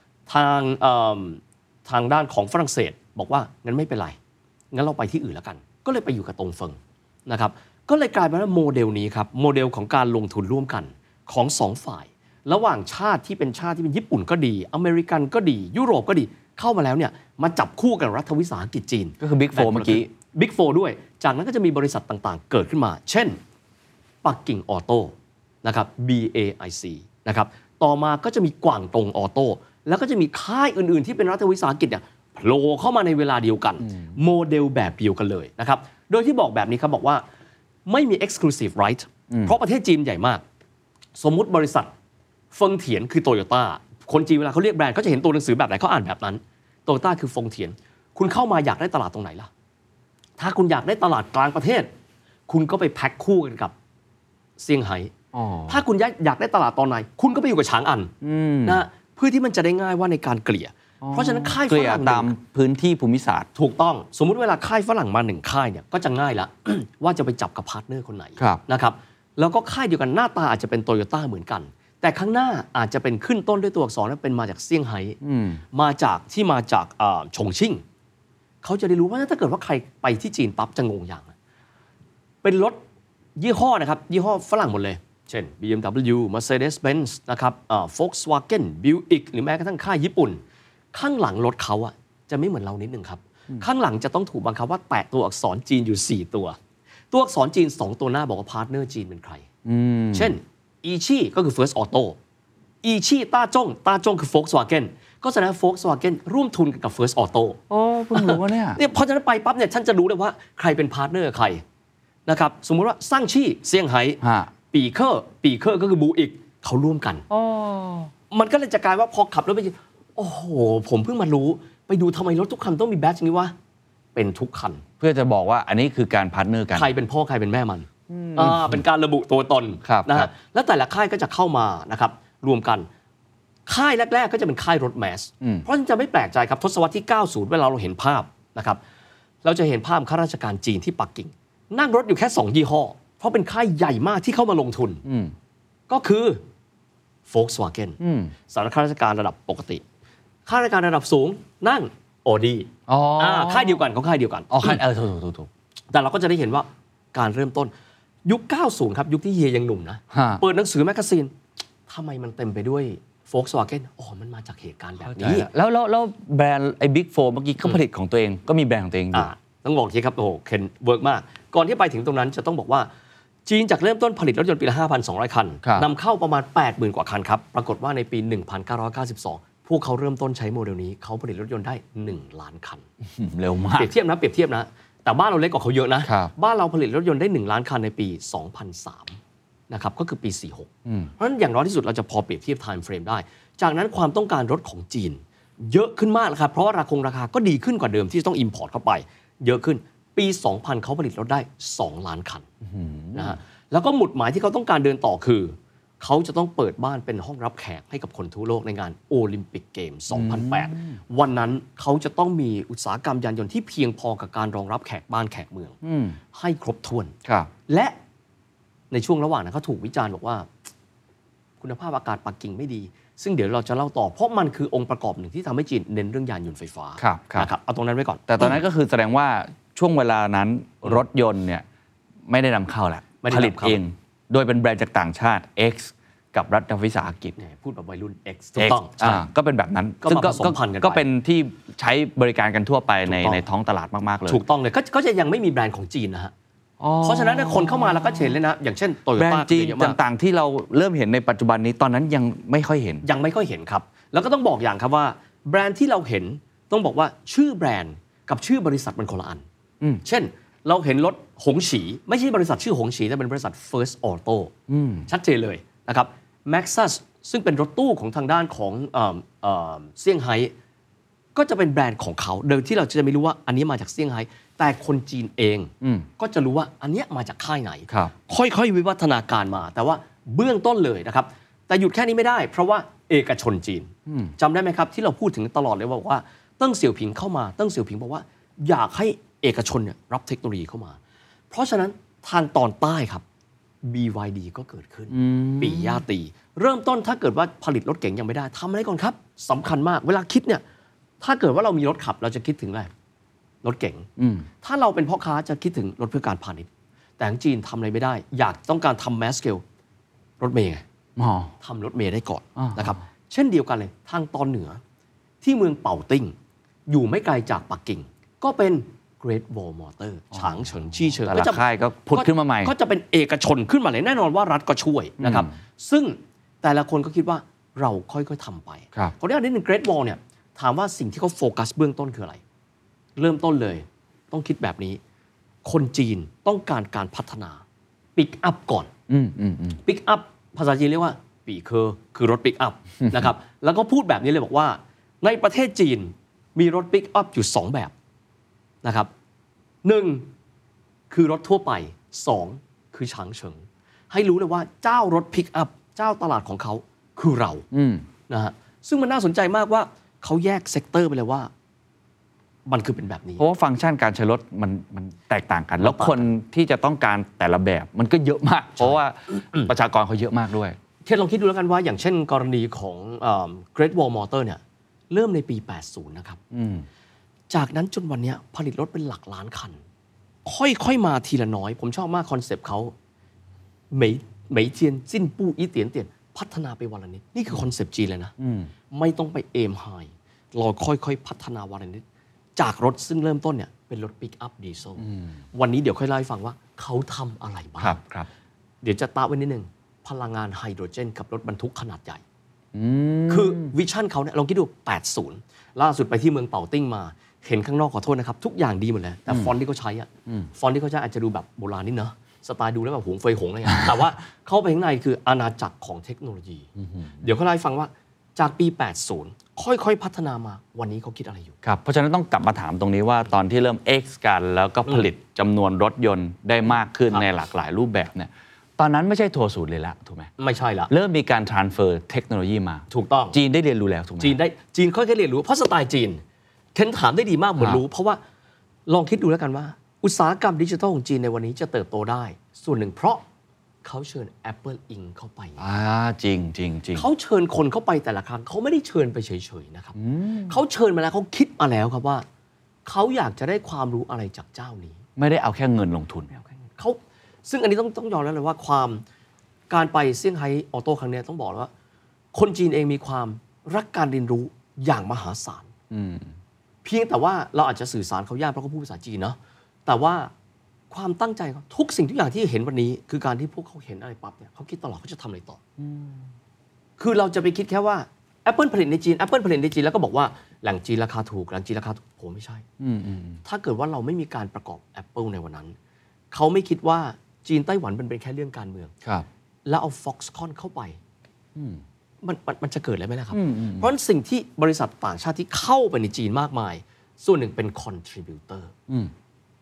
ทางด้านของฝรั่งเศสบอกว่างั้นไม่เป็นไรงั้นเราไปที่อื่นแล้วกันก็เลยไปอยู่กับตงเฟิงนะครับก็เลยกลายเป็นว่าโมเดลนี้ครับโมเดลของการลงทุนร่วมกันของ2ฝ่ายระหว่างชาติที่เป็นญี่ปุ่นก็ดีอเมริกันก็ดียุโรปก็ดีเข้ามาแล้วเนี่ยมาจับคู่กับรัฐวิสาหกิจจีนก็คือบิ๊กโฟร์เมื่อกี้บิ๊กโฟร์ด้วยจากนั้นก็จะมีบริษัทต่างๆเกิดขึ้นมาเช่นปักกิ่งออโต้นะครับ BAIC นะครับต่อมาก็จะมีกวางตงออโต้แล้วก็จะมีค่ายอื่นๆที่เป็นรัฐวิสาหกิจเนี่ยโผล่เข้ามาในเวลาเดียวกันโมเดลแบบเดียวกันเลยนะครับโดยที่บอกแบบนี้ครับบอกว่าไม่มี exclusive right เพราะประเทศจีนใหญ่มากสมมุติบริษัทเฟิงเถียนคือโตโยต้าคนจีนเวลาเขาเรียกแบรนด์เขาจะเห็นตัวหนังสือแบบไหนเขาอ่านแบบนั้นโตโยต้าคือเฟิงเถียนคุณเข้ามาอยากได้ตลาดตรงไหนล่ะถ้าคุณอยากได้ตลาดกลางประเทศคุณก็ไปแพ็คคู่กันกับเซี่ยงไฮ้ถ้าคุณอยากได้ตลาดตอนไหนคุณก็ไปอยู่กับฉางอันนะเพื่อที่มันจะได้ง่ายว่าในการเกลี่ยเพราะฉะนั้นค่ายฝรั่งตามพื้นที่ภูมิศาสตร์ถูกต้องสมมุติเวลาค่ายฝรั่งมา1ค่ายเนี่ยก็จะง่ายละ ว่าจะไปจับกับพาร์ทเนอร์คนไหนนะครับแล้วก็ค่ายเดียวกันหน้าตาอาจจะเป็นโตโยต้าเหมือนกันแต่ข้างหน้าอาจจะเป็นขึ้นต้นด้วยตัวอักษรและเป็นมาจากเซี่ยงไฮ้มาจากฉงชิ่งเขาจะได้รู้ว่าถ้าเกิดว่าใครไปที่จีนปั๊บจะงงอย่างเป็นรถยี่ห้อนะครับยี่ห้อฝรั่งหมดเลยเช่น BMW Mercedes-Benz นะครับVolkswagen Buick หรือแม้กระทั่งค่ายญี่ปุ่นข้างหลังรถเขาอะจะไม่เหมือนเรานิดนึงครับข้างหลังจะต้องถูกบังคับว่าแตะตัวอักษรจีนอยู่4ตัวอักษรจีน2ตัวหน้าบอกว่าพาร์ทเนอร์จีนเป็นใครเช่นอีชี่ก็คือ First Auto อีชี่ต้าจงคือ Volkswagen ก็แสดงว่า Volkswagen ร่วมทุนกับ First Auto เพิ่งรู้ว่าเนี่ยพอจะไปปั๊บเนี่ยท่านจะรู้เลยว่าใครเป็นพาร์ทเนอร์ใครนะครับสมมุติว่าซั่งชี่เซี่ยงไฮ้ปีเคอร์ก็คือบูอิกเขาร่วมกันมันก็เลยจะกลายว่าพอขับรถไปโอ้โหผมเพิ่งมารู้ไปดูทำไมรถทุกคันต้องมีแบตอย่างนี้วะเป็นทุกคันเพื่อจะบอกว่าอันนี้คือการพาร์ทเนอร์กันใครเป็นพ่อใครเป็นแม่มันเป็นการระบุตัวตนนะฮะแล้วแต่ละค่ายก็จะเข้ามานะครับรวมกันค่ายแรกๆก็จะเป็นค่ายรถแมสเพราะฉะนั้นจะไม่แปลกใจครับทศวรรษที่90เวลาเราเห็นภาพนะครับเราจะเห็นภาพข้าราชการจีนที่ปักกิ่งนั่งรถอยู่แค่2ยี่ห้อเพราะเป็นค่ายใหญ่มากที่เข้ามาลงทุนก็คือ Volkswagen สำหรับข้าราชการระดับปกติข้าราชการระดับสูงนั่ง Audi ค่ายเดียวกันของค่ายเดียวกันถูกแต่เราก็จะได้เห็นว่าการเริ่มต้นยุค90ครับยุคที่เฮียยังหนุ่มนะเปิดหนังสือแมกกาซีนทำไมมันเต็มไปด้วย Volkswagen มันมาจากเหตุการณ์แบบนี้แล้วแบรนด์ไอ้ Big 4 เมื่อกี้ก็ผลิตของตัวเองก็มีแบรนด์ของตัวเองอยู่ต้องบอกทีครับเคนเวิร์กมากก่อนที่ไปถึงตรงนั้นจะต้องบอกว่าจีนจากเริ่มต้นผลิตรถยนต์ปีละ 5,200 คันนำเข้าประมาณ 80,000 กว่าคันครับปรากฏว่าในปี 1992 พวกเขาเริ่มต้นใช้โมเดลนี้เขาผลิตรถยนต์ได้1ล้านคันเร็วมากเปรียบเทียบนะแต่บ้านเราเล็กกว่าเขาเยอะนะบ้านเราผลิตรถยนต์ได้1ล้านคันในปี 2003 นะครับก็คือปี 46 เพราะฉะนั้นอย่างน้อยที่สุดเราจะพอเปรียบเทียบ time frame ได้จากนั้นความต้องการรถของจีนเยอะขึ้นมากนะครับเพราะว่าราคาก็ดีขึ้นกว่าเดิมที่ต้อง import เข้าไปเยอะขึ้นปี 2000 เขาผลิตรถได้ 2 ล้านคันนะฮะแล้วก็หมุดหมายที่เขาต้องการเดินต่อคือเขาจะต้องเปิดบ้านเป็นห้องรับแขกให้กับคนทั่วโลกในงานโอลิมปิกเกม 2008 วันนั้นเขาจะต้องมีอุตสาหกรรมยานยนต์ที่เพียงพอกับการรองรับแขกบ้านแขกเมืองให้ครบถ้วนและในช่วงระหว่างนั้นเขาถูกวิจารณ์บอกว่าคุณภาพอากาศปักกิ่งไม่ดีซึ่งเดี๋ยวเราจะเล่าต่อเพราะมันคือองค์ประกอบหนึ่งที่ทำให้จีนเน้นเรื่องยานยนต์ไฟฟ้านะครับเอาตรงนั้นไว้ก่อนแต่ตอนนั้นก็คือแสดงว่าช่วงเวลานั้นรถยนต์เนี่ยไม่ได้นำเข้าแหละผลิตเองโดยเป็นแบรนด์จากต่างชาติ X กับรัฐวิสาหกิจพูดแบบวัยรุ่น X ถูกต้องก็เป็นแบบนั้นซึ่งก็เป็นที่ใช้บริการกันทั่วไปในท้องตลาดมากๆเลยถูกต้องเลยก็จะยังไม่มีแบรนด์ของจีนนะฮะเพราะฉะนั้นคนเข้ามาแล้วก็เห็นเลยนะอย่างเช่นโตโยต้าแบรนด์จีนต่างๆที่เราเริ่มเห็นในปัจจุบันนี้ตอนนั้นยังไม่ค่อยเห็นครับแล้วก็ต้องบอกอย่างครับว่าแบรนด์ที่เราเห็นต้องบอกว่าชื่อแบรนด์กับชื่อบริษัทมันคนละอันเช่นเราเห็นรถหงฉีไม่ใช่บริษัทชื่อหงฉีแต่เป็นบริษัท First Auto ชัดเจนเลยนะครับ Maxus ซึ่งเป็นรถตู้ของทางด้านของเซี่ยงไฮ้ก็จะเป็นแบรนด์ของเขาโดยที่เราจะไม่รู้ว่าอันนี้มาจากเซี่ยงไฮ้แต่คนจีนเองก็จะรู้ว่าอันนี้มาจากค่ายไหนค่อยๆวิวัฒนาการมาแต่ว่าเบื้องต้นเลยนะครับแต่หยุดแค่นี้ไม่ได้เพราะว่าเอกชนจีนจำได้ไหมครับที่เราพูดถึงตลอดเลยว่าเติ้งเสี่ยวผิงเข้ามาเติ้งเสี่ยวผิงบอกว่าอยากให้เอกชนเนี่ยรับเทคโนโลยีเข้ามาเพราะฉะนั้นทางตอนใต้ครับ BYD ก็เกิดขึ้นปีย่าตีเริ่มต้นถ้าเกิดว่าผลิตรถเก๋งยังไม่ได้ทำอะไรก่อนครับสำคัญมากเวลาคิดเนี่ยถ้าเกิดว่าเรามีรถขับเราจะคิดถึงอะไรรถเก๋งถ้าเราเป็นพ่อค้าจะคิดถึงรถเพื่อการพาณิชย์แต่จีนทำอะไรไม่ได้อยากต้องการทำแมสสเกลรถเมล์ทำรถเมล์ได้ก่อนนะครับเช่นเดียวกันเลยทางตอนเหนือที่เมืองเป่าติ้งอยู่ไม่ไกลจากปักกิ่งก็เป็น Great Wall Motor ฉางเฉินชี่เฉิงก็จะค่ายก็พุทธขึ้นมาใหม่ก็จะเป็นเอกชนขึ้นมาเลยแน่นอนว่ารัฐก็ช่วยนะครับซึ่งแต่ละคนก็คิดว่าเราค่อยๆทำไปขออนุญาตนิดนึง Great Wall เนี่ยถามว่าสิ่งที่เขาโฟกัสเบื้องต้นคืออะไรเริ่มต้นเลยต้องคิดแบบนี้คนจีนต้องการการพัฒนาปิกอัพก่อนปิกอัพภาษาจีนเรียกว่าปีคือรถปิกอัพนะครับแล้วก็พูดแบบนี้เลยบอกว่าในประเทศจีนมีรถปิกอัพอยู่2แบบนะครับ1คือรถทั่วไป2คือฉางเฉิงให้รู้เลยว่าเจ้ารถปิกอัพเจ้าตลาดของเขาคือเรานะฮะซึ่งมันน่าสนใจมากว่าเขาแยกเซกเตอร์ไปเลยว่ามันคือเป็นแบบนี้เพราะว่าฟังก์ชันการใช้รถมันแตกต่างกันแล้วคนที่จะต้องการแต่ละแบบมันก็เยอะมากเพราะว่าประชากรเขาเยอะมากด้วยเช่นลองคิดดูแล้วกันว่าอย่างเช่นกรณีของGreat Wall Motor เนี่ยเริ่มในปี80นะครับจากนั้นจนวันนี้ผลิตรถเป็นหลักล้านคันค่อยๆมาทีละน้อยผมชอบมากคอนเซปต์เขาเหมยเจียนจิ้นปู้อีเตียนพัฒนาไปวันละนิดนี่คือคอนเซปต์จีนเลยนะไม่ต้องไปเอมไฮเราค่อยๆพัฒนาวันละนิดจากรถซึ่งเริ่มต้นเนี่ยเป็นรถปิกอัพดีเซลวันนี้เดี๋ยวค่อยเล่าให้ฟังว่าเขาทำอะไรบ้างเดี๋ยวจะตาไว้นิดนึงพลังงานไฮโดรเจนกับรถบรรทุกขนาดใหญ่คือวิชั่นเขาเนี่ยลองคิดดู80ล่าสุดไปที่เมืองเป่าติ้งมาเห็นข้างนอกขอโทษนะครับทุกอย่างดีหมดเลยแต่ฟอนต์ที่เขาใช้ฟอนต์ที่เขาใช้อาจจะดูแบบโบราณนิดเนาะสไตล์ดูแล้วแบบหงเฟยหงอะไรอย่างเงี้ยแต่ว่าเข้าไปข้างในคืออาณาจักรของเทคโนโลยีเดี๋ยวเขาเล่าให้ฟังว่าจากปี80ค่อยๆพัฒนามาวันนี้เขาคิดอะไรอยู่ครับเพราะฉะนั้นต้องกลับมาถามตรงนี้ว่าตอนที่เริ่ม X กันแล้วก็ผลิตจำนวนรถยนต์ได้มากขึ้นในหลากหลายรูปแบบเนี่ยตอนนั้นไม่ใช่ทัวร์ศูนย์เลยละถูกไหมไม่ใช่ละเริ่มมีการ transfer เทคโนโลยีมาถูกต้องจีนได้เรียนรู้แล้วถูกไหมจีนค่อยๆเรียนรู้เพราะสไตล์จีนเค้นถามได้ดีมากเหมือนรู้เพราะว่าลองคิดดูแล้วกันว่าอุตสาหกรรมดิจิทัลของจีนในวันนี้จะเติบโตได้ส่วนหนึ่งเพราะเขาเชิญ Apple Inc เข้าไปจริงเขาเชิญคนเข้าไปแต่ละครั้งเขาไม่ได้เชิญไปเฉยๆนะครับเขาเชิญมาแล้วเขาคิดมาแล้วครับว่าเขาอยากจะได้ความรู้อะไรจากเจ้านี้ไม่ได้เอาแค่เงินลงทุนเขาซึ่งอันนี้ต้องยอมแล้วเลยว่าความการไปเซี่ยงไฮ้ออโต้ครั้งนี้ต้องบอกว่าคนจีนเองมีความรักการเรียนรู้อย่างมหาศาลเพียงแต่ว่าเราอาจจะสื่อสารเขายากเพราะเขาพูดภาษาจีนเนาะแต่ว่าความตั้งใจเขาทุกสิ่งทุกอย่างที่เห็นวันนี้คือการที่พวกเขาเห็นอะไรปั๊บเนี่ยเขาคิดตลอดเขาจะทำอะไรต่อคือเราจะไปคิดแค่ว่า Apple ผลิตในจีน Apple ผลิตในจีนแล้วก็บอกว่าแหล่งจีนราคาถูกแหล่งจีนราคาถูกผมไม่ใช่ถ้าเกิดว่าเราไม่มีการประกอบ Apple ในวันนั้นเขาไม่คิดว่าจีนไต้หวันเป็นแค่เรื่องการเมืองแล้วเอา Foxconn เข้าไปมันจะเกิดอะไรไหมล่ะครับเพราะสิ่งที่บริษัทต่างชาติที่เข้าไปในจีนมากมายส่วนหนึ่งเป็น contributor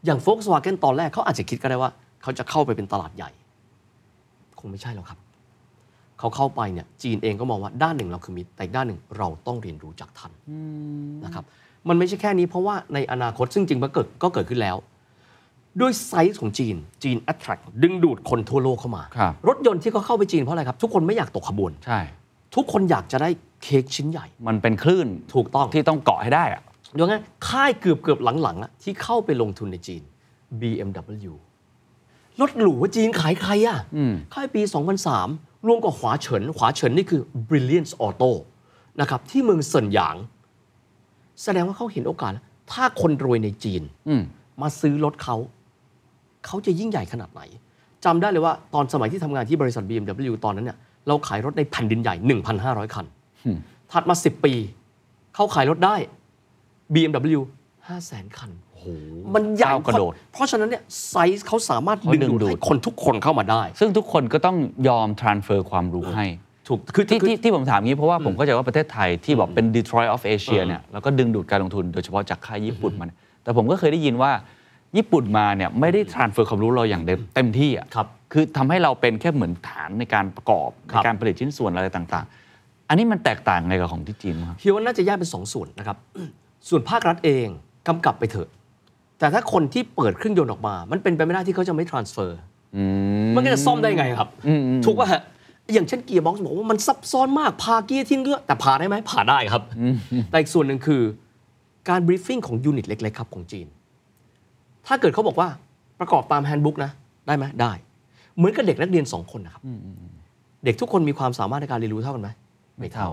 อย่าง Volkswagen ตอนแรกเขาอาจจะคิดก็ได้ว่าเขาจะเข้าไปเป็นตลาดใหญ่คงไม่ใช่หรอกครับเขาเข้าไปเนี่ยจีนเองก็มองว่าด้านหนึ่งเราคือมิตรแต่ด้านหนึ่งเราต้องเรียนรู้จากท่านนะครับมันไม่ใช่แค่นี้เพราะว่าในอนาคตซึ่งจริงมันก็เกิดขึ้นแล้วด้วยไซส์ของจีน attract ดึงดูดคนทั่วโลกเข้ามารถยนต์ที่เขาเข้าไปจีนเพราะอะไรครับทุกคนไม่อยากตกขบวนใช่ทุกคนอยากจะได้เค้กชิ้นใหญ่มันเป็นคลื่นถูกต้องที่ต้องเกาะให้ได้อะอย่างงั้นค่ายเกือบหลังๆที่เข้าไปลงทุนในจีน BMW รถหรูจีนขายใครอ่ะค่ายปี 2003 รวมกับขวาเฉินนี่คือ Brilliance Auto นะครับที่เมืองเซินหยางแสดงว่าเขาเห็นโอกาสถ้าคนรวยในจีนมาซื้อรถเขาจะยิ่งใหญ่ขนาดไหนจำได้เลยว่าตอนสมัยที่ทำงานที่บริษัท BMW ตอนนั้นเนี่ยเราขายรถในแผ่นดินใหญ่ 1,500 คันถัดมา10 ปีเขาขายรถได้ BMW 500,000 คันมันใหญ่กระโดดเพราะฉะนั้นเนี่ยไซส์เขาสามารถดึงดูดให้คนทุกคนเข้ามาได้ซึ่งทุกคนก็ต้องยอม transfer ความรู้ให้ถูกคือที่ผมถามงี้เพราะว่าผมก็จะว่าประเทศไทยที่บอกเป็น Detroit of Asia เนี่ยแล้วก็ดึงดูดการลงทุนโดยเฉพาะจากค่ายญี่ปุ่นมาแต่ผมก็เคยได้ยินว่าญี่ปุ่นมาเนี่ยไม่ได้ transfer ความรู้เราอย่างเต็มที่อ่ะคือทำให้เราเป็นแค่เหมือนฐานในการประกอบในการผลิตชิ้นส่วนอะไรต่างๆอันนี้มันแตกต่างไงกับของที่จีนครับพี่ว่าน่าจะแยกเป็น2 ส่วนนะครับส่วนภาครัฐเองกำกับไปเถอะแต่ถ้าคนที่เปิดเครื่องยนต์ออกมามันเป็นไปไม่ได้ที่เขาจะไม่ transfer มันก็จะซ่อมได้ไงครับถูกป่ะฮะอย่างเช่นเกียร์บ็อกซ์บอกว่ามันซับซ้อนมากพาเกียร์ทิ้งเยอะแต่พาได้ไหมพาได้ครับแต่อีกส่วนหนึ่งคือการบรีฟฟิ้งของยูนิตเล็กๆครับของจีนถ้าเกิดเขาบอกว่าประกอบตามแฮนด์บุ๊กนะได้ไหมได้เหมือนกับเด็กนักเรียน2 คนนะครับเด็กทุกคนมีความสามารถในการเรียนรู้เท่ากันไหมไม่เท่า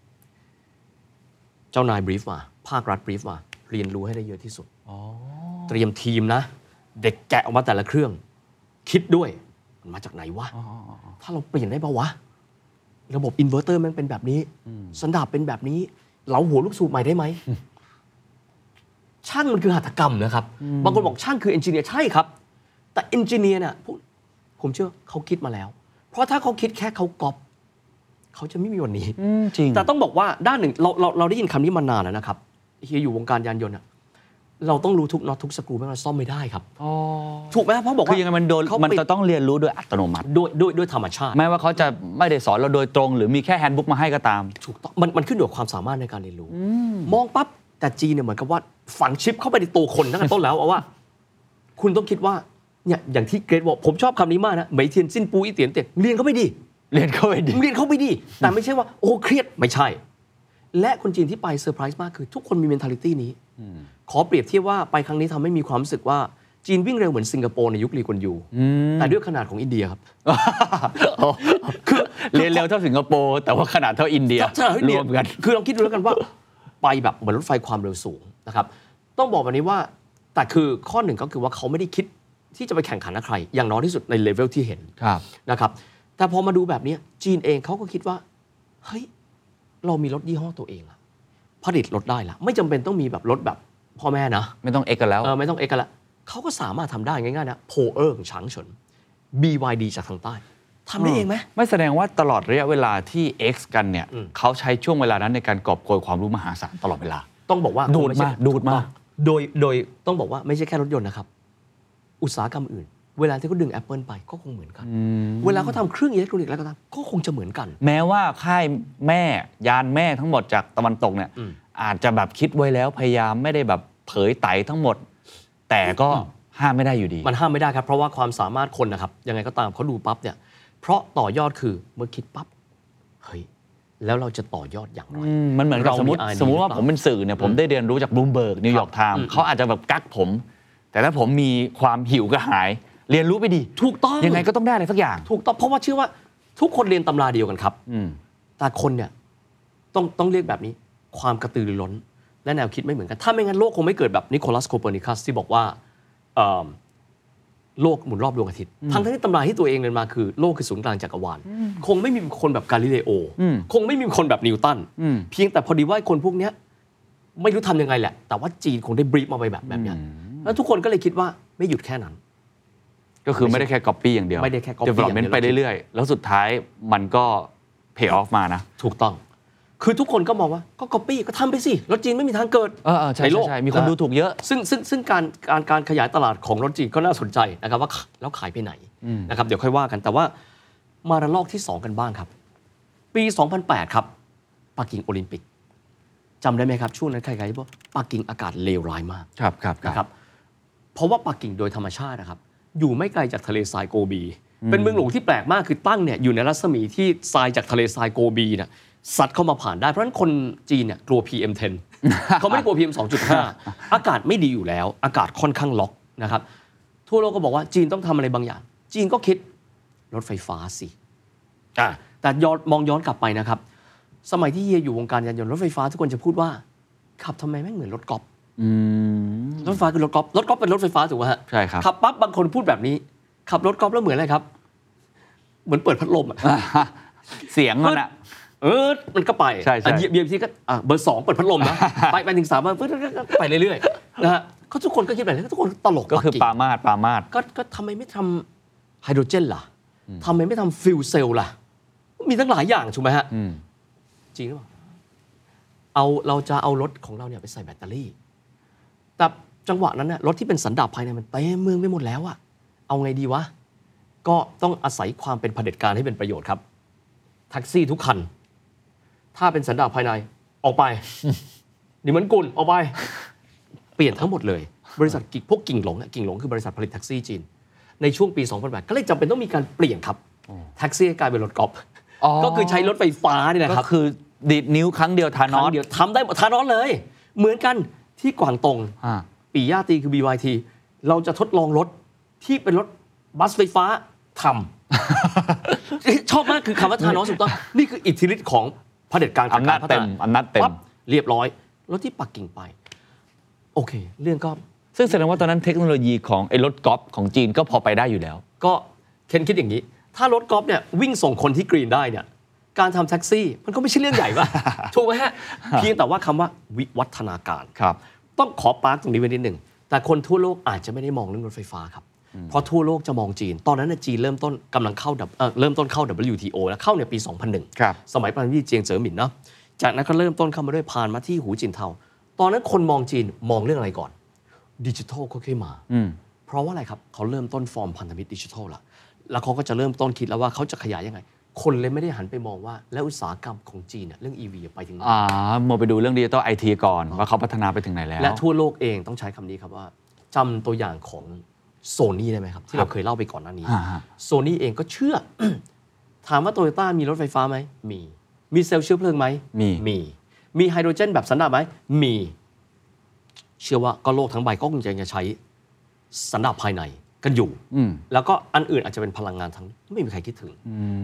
เจ้านายบรีฟมาภาครัฐบรีฟมาเรียนรู้ให้ได้เยอะที่สุดเตรียมทีมนะเด็กแกะออกมาแต่ละเครื่องคิดด้วยมันมาจากไหนวะถ้าเราเปลี่ยนได้ป่าวะระบบอินเวอร์เตอร์มันเป็นแบบนี้สันดาปเป็นแบบนี้เหลาหัวลูกสูบใหม่ได้ไหมช่างมันคือหัตถกรรมนะครับบางคนบอกช่างคือเอนจิเนียร์ใช่ครับแต่เอนจิเนียร์เนี่ยผมเชื่อเขาคิดมาแล้วเพราะถ้าเขาคิดแค่เขาก๊อปเขาจะไม่มีวันนี้จริงแต่ต้องบอกว่าด้านหนึ่งเราได้ยินคำนี้มานานแล้วนะครับเฮียอยู่วงการยานยนต์เราต้องรู้ทุกน็อตทุกสกรูไม่งั้นซ่อมไม่ได้ครับถูกไหมเพราะบอกว่าคือยังไงมันจะต้องเรียนรู้โดยอัตโนมัติด้วยธรรมชาติแม้ว่าเขาจะไม่ได้สอนเราโดยตรงหรือมีแค่แฮนด์บุ๊กมาให้ก็ตามถูกต้องมันขึ้นอยู่กับความสามารถในการเรียนรู้มองปั๊บแต่จีนเนี่ยเหมือนกับว่าฝังชิปเข้าไปในตัวคนตั้งแต่ต้นแล้วว่าคุณต้องคิดว่าเนี่ยอย่างที่เกรทบอกผมชอบคำนี้มากนะเหมยเทียนซินปูอีเตียนเต็เรียนเข้าไปดีแต่ไม่ใช่ว่าโอ้เครียดไม่ใช่และคนจีนที่ไปเซอร์ไพรส์มากคือทุกคนมี mentality นี้ขอเปรียบเทียบว่าไปครั้งนี้ทำให้มีความรู้สึกว่าจีนวิ่งเร็วเหมือนสิงคโปร์ในยุคลีกวนยูแต่ด้วยขนาดของอินเดียครับคือเรียนเร็วเท่าสิงคโปร์แต่ว่าขนาดเท่าอินเดียรวมกันคือลองคิดดูแล้วกันว่าไปแบบเหมือนรถไฟความเร็วสูงนะครับต้องบอกแบบนี้ว่าแต่คือข้อหนึ่งก็คือว่าเขาไม่ได้คิดที่จะไปแข่งขันกับใครอย่างน้อยที่สุดในเลเวลที่เห็นนะครับแต่พอมาดูแบบนี้จีนเองเขาก็คิดว่าเฮ้ยเรามีรถยี่ห้อตัวเองละผลิตรถได้ละไม่จำเป็นต้องมีแบบรถแบบพ่อแม่นะไม่ต้องเอกกันแล้วไม่ต้องเอกกันแล้วเขาก็สามารถทำได้ง่ายๆนะโพเออร์ของฉางเฉิน BYD จากทางใต้ทำได้เองไหมไม่แสดงว่าตลอดระยะเวลาที่ X กันเนี่ยเขาใช้ช่วงเวลานั้นในการกอบโกยความรู้มหาศาลตลอดเวลาต้องบอกว่าดูดมาโดยต้องบอกว่าไม่ใช่แค่รถยนต์นะครับอุตสาหกรรมอื่นเวลาที่เขาดึง Apple ไปก็คงเหมือนกันเวลาเขาทำเครื่องอิเล็กทรอนิกส์แล้วก็ตามก็คงจะเหมือนกันแม้ว่าค่ายแม่ยานแม่ทั้งหมดจากตะวันตกเนี่ยอาจจะแบบคิดไว้แล้วพยายามไม่ได้แบบเผยไตทั้งหมดแต่ก็ห้ามไม่ได้อยู่ดีมันห้ามไม่ได้ครับเพราะว่าความสามารถคนนะครับยังไงก็ตามเขาดูปั๊บเนี่ยเพราะต่อยอดคือเมื่อคิดปั๊บเฮ้ยแล้วเราจะต่อยอดอย่างไรมันเหมือนกับสมมติว่าผมเป็นสื่อเนี่ยผมได้เรียนรู้จากบลูมเบิร์กนิวยอร์กไทม์เขาอาจจะแบบกักผมแต่ถ้าผมมีความหิวกระหายเรียนรู้ไปดีถูกต้องยังไงก็ต้องได้อะไรสักอย่างถูกต้องเพราะว่าเชื่อว่าทุกคนเรียนตำราเดียวกันครับแต่คนเนี่ยต้องเรียกแบบนี้ความกระตือรือร้นและแนวคิดไม่เหมือนกันถ้าไม่งั้นโลกคงไม่เกิดแบบนิโคลัสโคเปอร์นิคัสที่บอกว่าโลกหมุนรอบดวงอาทิตย์ทั้งที่ตำราที่ตัวเองเรียนมาคือโลกคือศูนย์กลางจักรวาลคงไม่มีคนแบบกาลิเลโอคงไม่มีคนแบบนิวตันเพียงแต่พอดีว่าคนพวกนี้ไม่รู้ทำยังไงแหละแต่ว่าจีนคงได้บรีฟมาไปแบบนี้แล้วทุกคนก็เลยคิดว่าไม่หยุดแค่นั้นก็คือไม่ได้แค่ copy อย่างเดียวไม่ได้แค่ copy development ไปเรื่อยๆแล้วสุดท้ายมันก็ pay off มานะถูกต้องคือทุกคนก็มองว่าก็ copy ก็ทำไปสิรถจีนไม่มีทางเกิดในโลกมีคนดูถูกเยอะซึ่งการขยายตลาดของรถจีนก็น่าสนใจนะครับว่าแล้วขายไปไหนนะครับเดี๋ยวค่อยว่ากันแต่ว่ามาระลอกที่2กันบ้างครับปี2008ครับปักกิ่งโอลิมปิกจำได้ไหมครับช่วงนั้นใครๆบอกปักกิ่งอากาศเลวร้ายมากนะครับเพราะว่าปักกิ่งโดยธรรมชาตินะครับอยู่ไม่ไกลจากทะเลทรายโกบีเป็นเมืองหลวงที่แปลกมากคือตั้งเนี่ยอยู่ในรัศมีที่ทรายจากทะเลทรายโกบีเนี่ยซัดเข้ามาผ่านได้เพราะฉะนั้นคนจีนเนี่ยกลัว PM10 เขาไม่ได้กลัว PM2.5 อากาศไม่ดีอยู่แล้วอากาศค่อนข้างล็อกนะครับทั่วโลกก็บอกว่าจีนต้องทำอะไรบางอย่างจีนก็คิดรถไฟฟ้าสิแต่มองย้อนกลับไปนะครับสมัยที่เฮียอยู่วงการยานยนต์รถไฟฟ้าทุกคนจะพูดว่าขับทำไมไม่เหมือนรถกอล์ฟรถไฟฟ้าคือรถกอล์ฟเป็นรถไฟฟ้าถูกไหมฮะใช่ครับขับปั๊บบางคนพูดแบบนี้ขับรถกอล์ฟแล้วเหมือนอะไรครับเหมือนเปิดพัดลมเสียงมันอะมันก็ไปใช่เบียร์ทีก็เบอร์2เปิดพัดลมนะไปถึง3ไปเรื่อยๆนะฮะเขาทุกคนก็คิดแบบนี้ทุกคนตลกก็คือปามาดก็ทำไมไม่ทำไฮโดรเจนล่ะทำไมไม่ทำฟิวเซลล่ะมีตั้งหลายอย่างถูกไหมฮะจริงหรือเปล่าเราจะเอารถของเราเนี่ยไปใส่แบตเตอรี่แต่จังหวะนั้นเนี่ยรถที่เป็นสันดาปภายในมันเต็มเมืองไปหมดแล้วอะเอาไงดีวะก็ต้องอาศัยความเป็นเผด็จการให้เป็นประโยชน์ครับแท็กซี่ทุกคันถ้าเป็นสันดาปภายในออกไปนี่เหมือนกุลออกไปเปลี่ยนทั้งหมดเลยบริษัทพวกกิ่งหลงคือบริษัทผลิตแท็กซี่จีนในช่วงปี2008ก็เลยจำเป็นต้องมีการเปลี่ยนครับแท็กซี่กลายเป็นรถกอล์ฟก็คือใช้รถไฟฟ้านี่แหละครับก็คือดีดนิ้วครั้งเดียวทานอสทำได้หมดทานอสเลยเหมือนกันที่กวางตงปีย่าตีคือ BYT เราจะทดลองรถที่เป็นรถบัสไฟฟ้าทำชอบมากคือคำว่าทานอสถูกต้องนี่คืออิทธิฤทธิ์ของเผด็จการอำนาจเต็มปั๊บเรียบร้อยรถที่ปักกิ่งไปโอเคเรื่องก็ซึ่งแสดงว่าตอนนั้นเทคโนโลยีของไอ้รถกอล์ฟของจีนก็พอไปได้อยู่แล้วก็เคนคิดอย่างนี้ถ้ารถกอล์ฟเนี่ยวิ่งส่งคนที่กรีนได้เนี่ยการทำแท็กซี่มันก็ไม่ใช่เรื่องใหญ่ป่ะถูกไหมฮะเพียงแต่ว่าคำว่าวิวัฒนาการต้องขอปาร์คตรงนี้ไว้นิดหนึ่งแต่คนทั่วโลกอาจจะไม่ได้มองเรื่องรถไฟฟ้าครับเพราะทั่วโลกจะมองจีนตอนนั้นจีนเริ่มต้นเข้า WTO แล้วเข้าในปี 2001 สมัยประธานาธิบดีเจียงเจ๋อหมินเนาะจากนั้นก็เริ่มต้นเข้ามาด้วยผ่านมาที่หูจินเทาตอนนั้นคนมองจีนมองเรื่องอะไรก่อนดิจิทัลค่อยๆมาเพราะว่าอะไรครับเขาเริ่มต้นฟอร์มพันธมิตรดิจิทัลแล้วเขาก็จะเริ่มต้นคิดแล้วว่าเขาจะขยายยังไงคนเลยไม่ได้หันไปมองว่าแล้วอุตสาหกรรมของจีนเรื่อง EV ไปถึงไหนมองไปดูเรื่องดิจิทัล IT ก่อนว่าเขาพัฒนาไปถึงไหนแล้วและทั่วโลกเองต้องใช้คำนี้ครับว่าจำตัวอย่างของโซนี่ได้ไหมครับที่เราเคยเล่าไปก่อนหน้านี้โซนี่เองก็เชื่อ ถามว่าโตโยต้ามีรถไฟฟ้าไหมมีเซลล์เชื้อเพลิงไหมมีไฮโดรเจนแบบสันดาปไหมมีเชื่อว่าก็โลกทั้งใบก็คงจะใช้สันดาปภายในกันอยู่แล้วก็อันอื่นอาจจะเป็นพลังงานทั้งไม่มีใครคิดถึง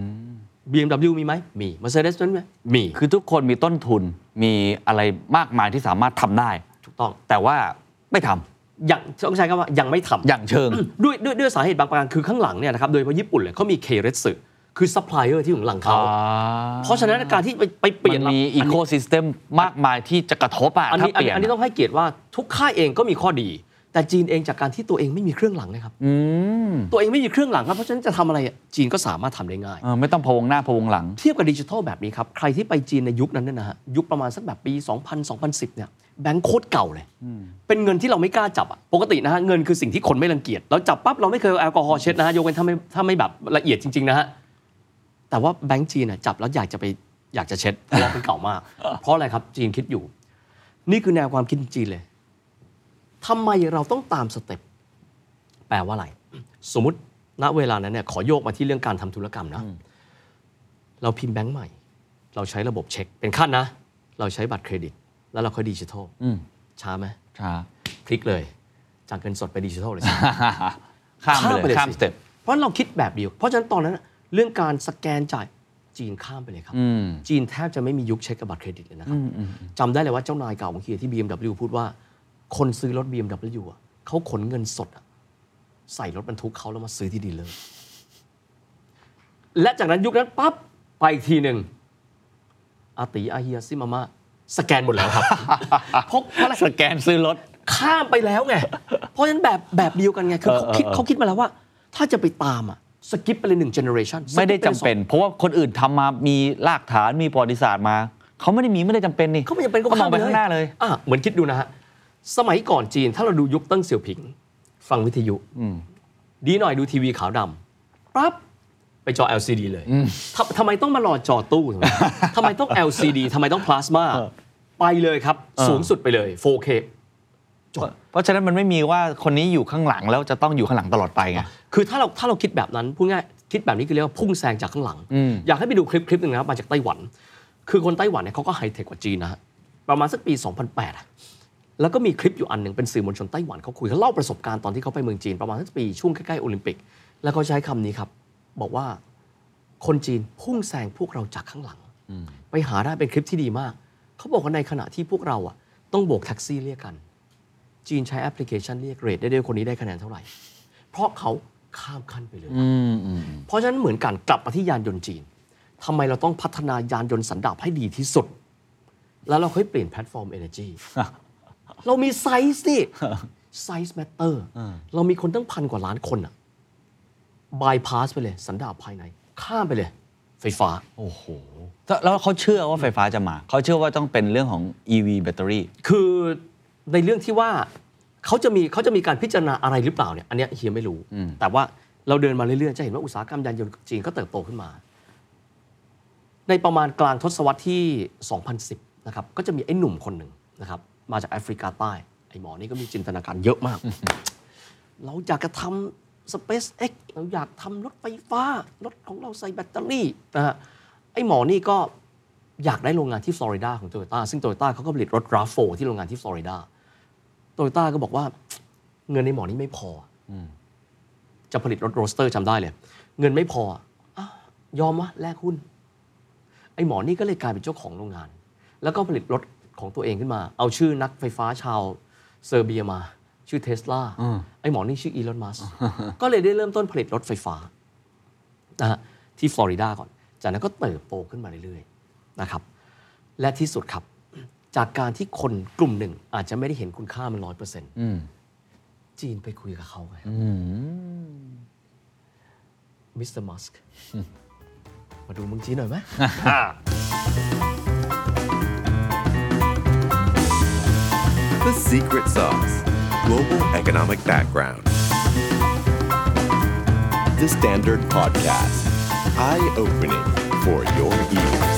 BMW มีไหมมี Mercedes มีไหมมีคือทุกคนมีต้นทุนมีอะไรมากมายที่สามารถทำได้ถูกต้องแต่ว่าไม่ทำอย่างต้องใช้คำว่ายังไม่ทำอย่างเชิงด้วยสาเหตุบางประการคือข้างหลังเนี่ยนะครับโดยเฉพาะญี่ปุ่นเลยเขามี Keiretsu คือซัพพลายเออร์ที่อยู่หลังเขาเพราะฉะนั้นการที่ไปเปลี่ยนมีอีโคซิสเต็มมากมายที่จะกระทบถ้าเปลี่ยนอันนี้ต้องให้เกียรติว่าทุกค่ายเองก็มีข้อดีแต่จีนเองจากการที่ตัวเองไม่มีเครื่องหลังนะครับตัวเองไม่มีเครื่องหลังครับเพราะฉะนั้นจะทำอะไรจีนก็สามารถทำได้ง่ายไม่ต้องพะวงหน้าพะวงหลังเทียบกับดิจิทัลแบบนี้ครับใครที่ไปจีนในยุคนั้นเนี่ยนะฮะยุคประมาณสักแบบปี 2010 เนี่ยแบงค์โคตรเก่าเลยเป็นเงินที่เราไม่กล้าจับปกตินะฮะเงินคือสิ่งที่คนไม่รังเกียจเราจับปั๊บเราไม่เคยแอลกอฮอล์เช็ดนะฮะยกเว้นถ้าไม่แบบละเอียดจริงๆนะฮะแต่ว่าแบงค์จีนจับแล้วอยากจะเช็ดเพราะว่ามันเก่ามากเพราะอะไรครับจีนคิดอยู่นี่คือแนวความคิดจีนเลยทำไมเราต้องตามสเต็ปแปลว่าอะไรสมมุติณเวลานั้นเนี่ยขอโยกมาที่เรื่องการทำธุรกรรมนะเราพิมพ์แบงค์ใหม่เราใช้ระบบเช็คเป็นขั้นนะเราใช้บัตรเครดิตแล้วเราค่อยดิจิทัลช้าไหมช้าพลิกเลยจากเงินสดไปดิจิทัลเลยข้ามสเต็ปเพราะเราคิดแบบเดียวเพราะฉะนั้นตอนนั้นเรื่องการสแกนจ่ายจีนข้ามไปเลยครับจีนแทบจะไม่มียุคเช็คกับบัตรเครดิตเลยนะครับจำได้เลยว่าเจ้านายเก่าของเฮียที่ BMW พูดว่าคนซื้อรถ BMW เขาขนเงินสดใส่รถบรรทุกเขาแล้วมาซื้อที่ดีลเลอร์และจากนั้นยุคนั้นปั๊บไปอีกทีหนึ่งอาติอาเฮียซิมาม่าสแกนหมดแล้วครับเพราะอะไรสแกนซื้อรถข้ามไปแล้วไงเพราะฉะนั้นแบบเดียวกันไงคือเขาคิดมาแล้วว่าถ้าจะไปตามสกิปไปเลย1 generation ไม่ได้จำเป็นเพราะว่าคนอื่นทำมามีรากฐานมีประวัติศาสตร์มาเขาไม่ได้จำเป็นนี่เขาไม่จำเป็นก็มองไปข้างหน้าเลยเหมือนคิดดูนะฮะสมัยก่อนจีนถ้าเราดูยุคเติ้งเสี่ยวผิงฟังวิทยุดีหน่อยดูทีวีขาวดำปั๊บไปจอ LCD เลยทำไมต้องมารอจอตู้ทำไมต้อง LCD ทำไมต้องพลาสมาไปเลยครับสูงสุดไปเลย 4K จบเพราะฉะนั้นมันไม่มีว่าคนนี้อยู่ข้างหลังแล้วจะต้องอยู่ข้างหลังตลอดไปไงคือถ้าเราคิดแบบนั้นพูดง่ายคิดแบบนี้คือเรียกว่าพุ่งแซงจากข้างหลังอยากให้ไปดูคลิปนึงนะครับมาจากไต้หวันคือคนไต้หวันเนี่ยเขาก็ไฮเทคกว่าจีนนะฮะประมาณสักปี 2008 แล้วก็มีคลิปอยู่อันหนึ่งเป็นสื่อมวลชนไต้หวันเขาคุยเขาเล่าประสบการณ์ตอนที่เขาไปเมืองจีนประมาณสักปีช่วงใกล้ๆโอลิมปิกแล้วเขาใช้คำนี้ครับบอกว่าคนจีนพุ่งแซงพวกเราจากข้างหลังไปหาได้เป็นคลิปที่ดีมากเขาบอกว่าในขณะที่พวกเราอ่ะต้องโบกแท็กซี่เรียกกันจีนใช้แอปพลิเคชันเรียกเรทได้ด้วยคนนี้ได้คะแนนเท่าไหร่เพราะเขาข้ามขั้นไปเลยเพราะฉะนั้นเหมือนกันกลับมาที่ยานยนต์จีนทำไมเราต้องพัฒนายานยนต์สันดาปให้ดีที่สุดแล้วเราค่อยเปลี่ยนแพลตฟอร์ม Energy เรามีไซส์นี่ไซส์แมตเตอร์เรามีคนตั้ง1,000 กว่าล้านคนอะบายพาสไปเลยสันดาปภายในข้ามไปเลยไฟฟ้าโอ้โหแล้วเขาเชื่อว่าไฟฟ้าจะมาเขาเชื่อว่าต้องเป็นเรื่องของ EV แบตเตอรี่คือในเรื่องที่ว่าเขาจะมีการพิจารณาอะไรหรือเปล่าเนี่ยอันนี้เฮียไม่รู้แต่ว่าเราเดินมาเรื่อยๆจะเห็นว่าอุตสาหกรรมยานยนต์จีนก็เติบโตขึ้นมาในประมาณกลางทศวรรษที่ 2010 นะครับก็จะมีไอ้หนุ่มคนหนึ่งนะครับมาจากแอฟริกาใต้ไอ้หมอนี่ก็มีจินตนาการเยอะมาก เราอยากจะทำ SpaceX เราอยากทำรถไฟฟ้ารถของเราใส่แบตเตอรี่นะฮะไอ้หมอนี่ก็อยากได้โรงงานที่ฟลอริดาของ Toyota ซึ่ง Toyota เขาก็ผลิตรถ RAV4 ที่โรงงานที่ฟลอริดา Toyota ก็บอกว่าเงินในหมอนี่ไม่พอจะผลิตรถโรสเตอร์จำได้เลยเงินไม่พอยอมวะแลกหุ้นไอ้หมอนี่ก็เลยกลายเป็นเจ้าของโรงงานแล้วก็ผลิตรถของตัวเองขึ้นมาเอาชื่อนักไฟฟ้าชาวเซอร์เบียมาชื่อเทสลาไอ้หมอนี่ชื่ออีลอนมัสก์ก็เลยได้เริ่มต้นผลิตรถไฟฟ้านะฮะที่ฟลอริดาก่อนจากนั้นก็เติบโตขึ้นมาเรื่อยๆนะครับและที่สุดครับจากการที่คนกลุ่มหนึ่งอาจจะไม่ได้เห็นคุณค่ามัน 100% จีนไปคุยกับเขาไงมิสเตอร์มัสก์มาดูเมืองจีนหน่อยไหม The Secret Sauce Global Economic Background The Standard Podcast Eye-opening for your ears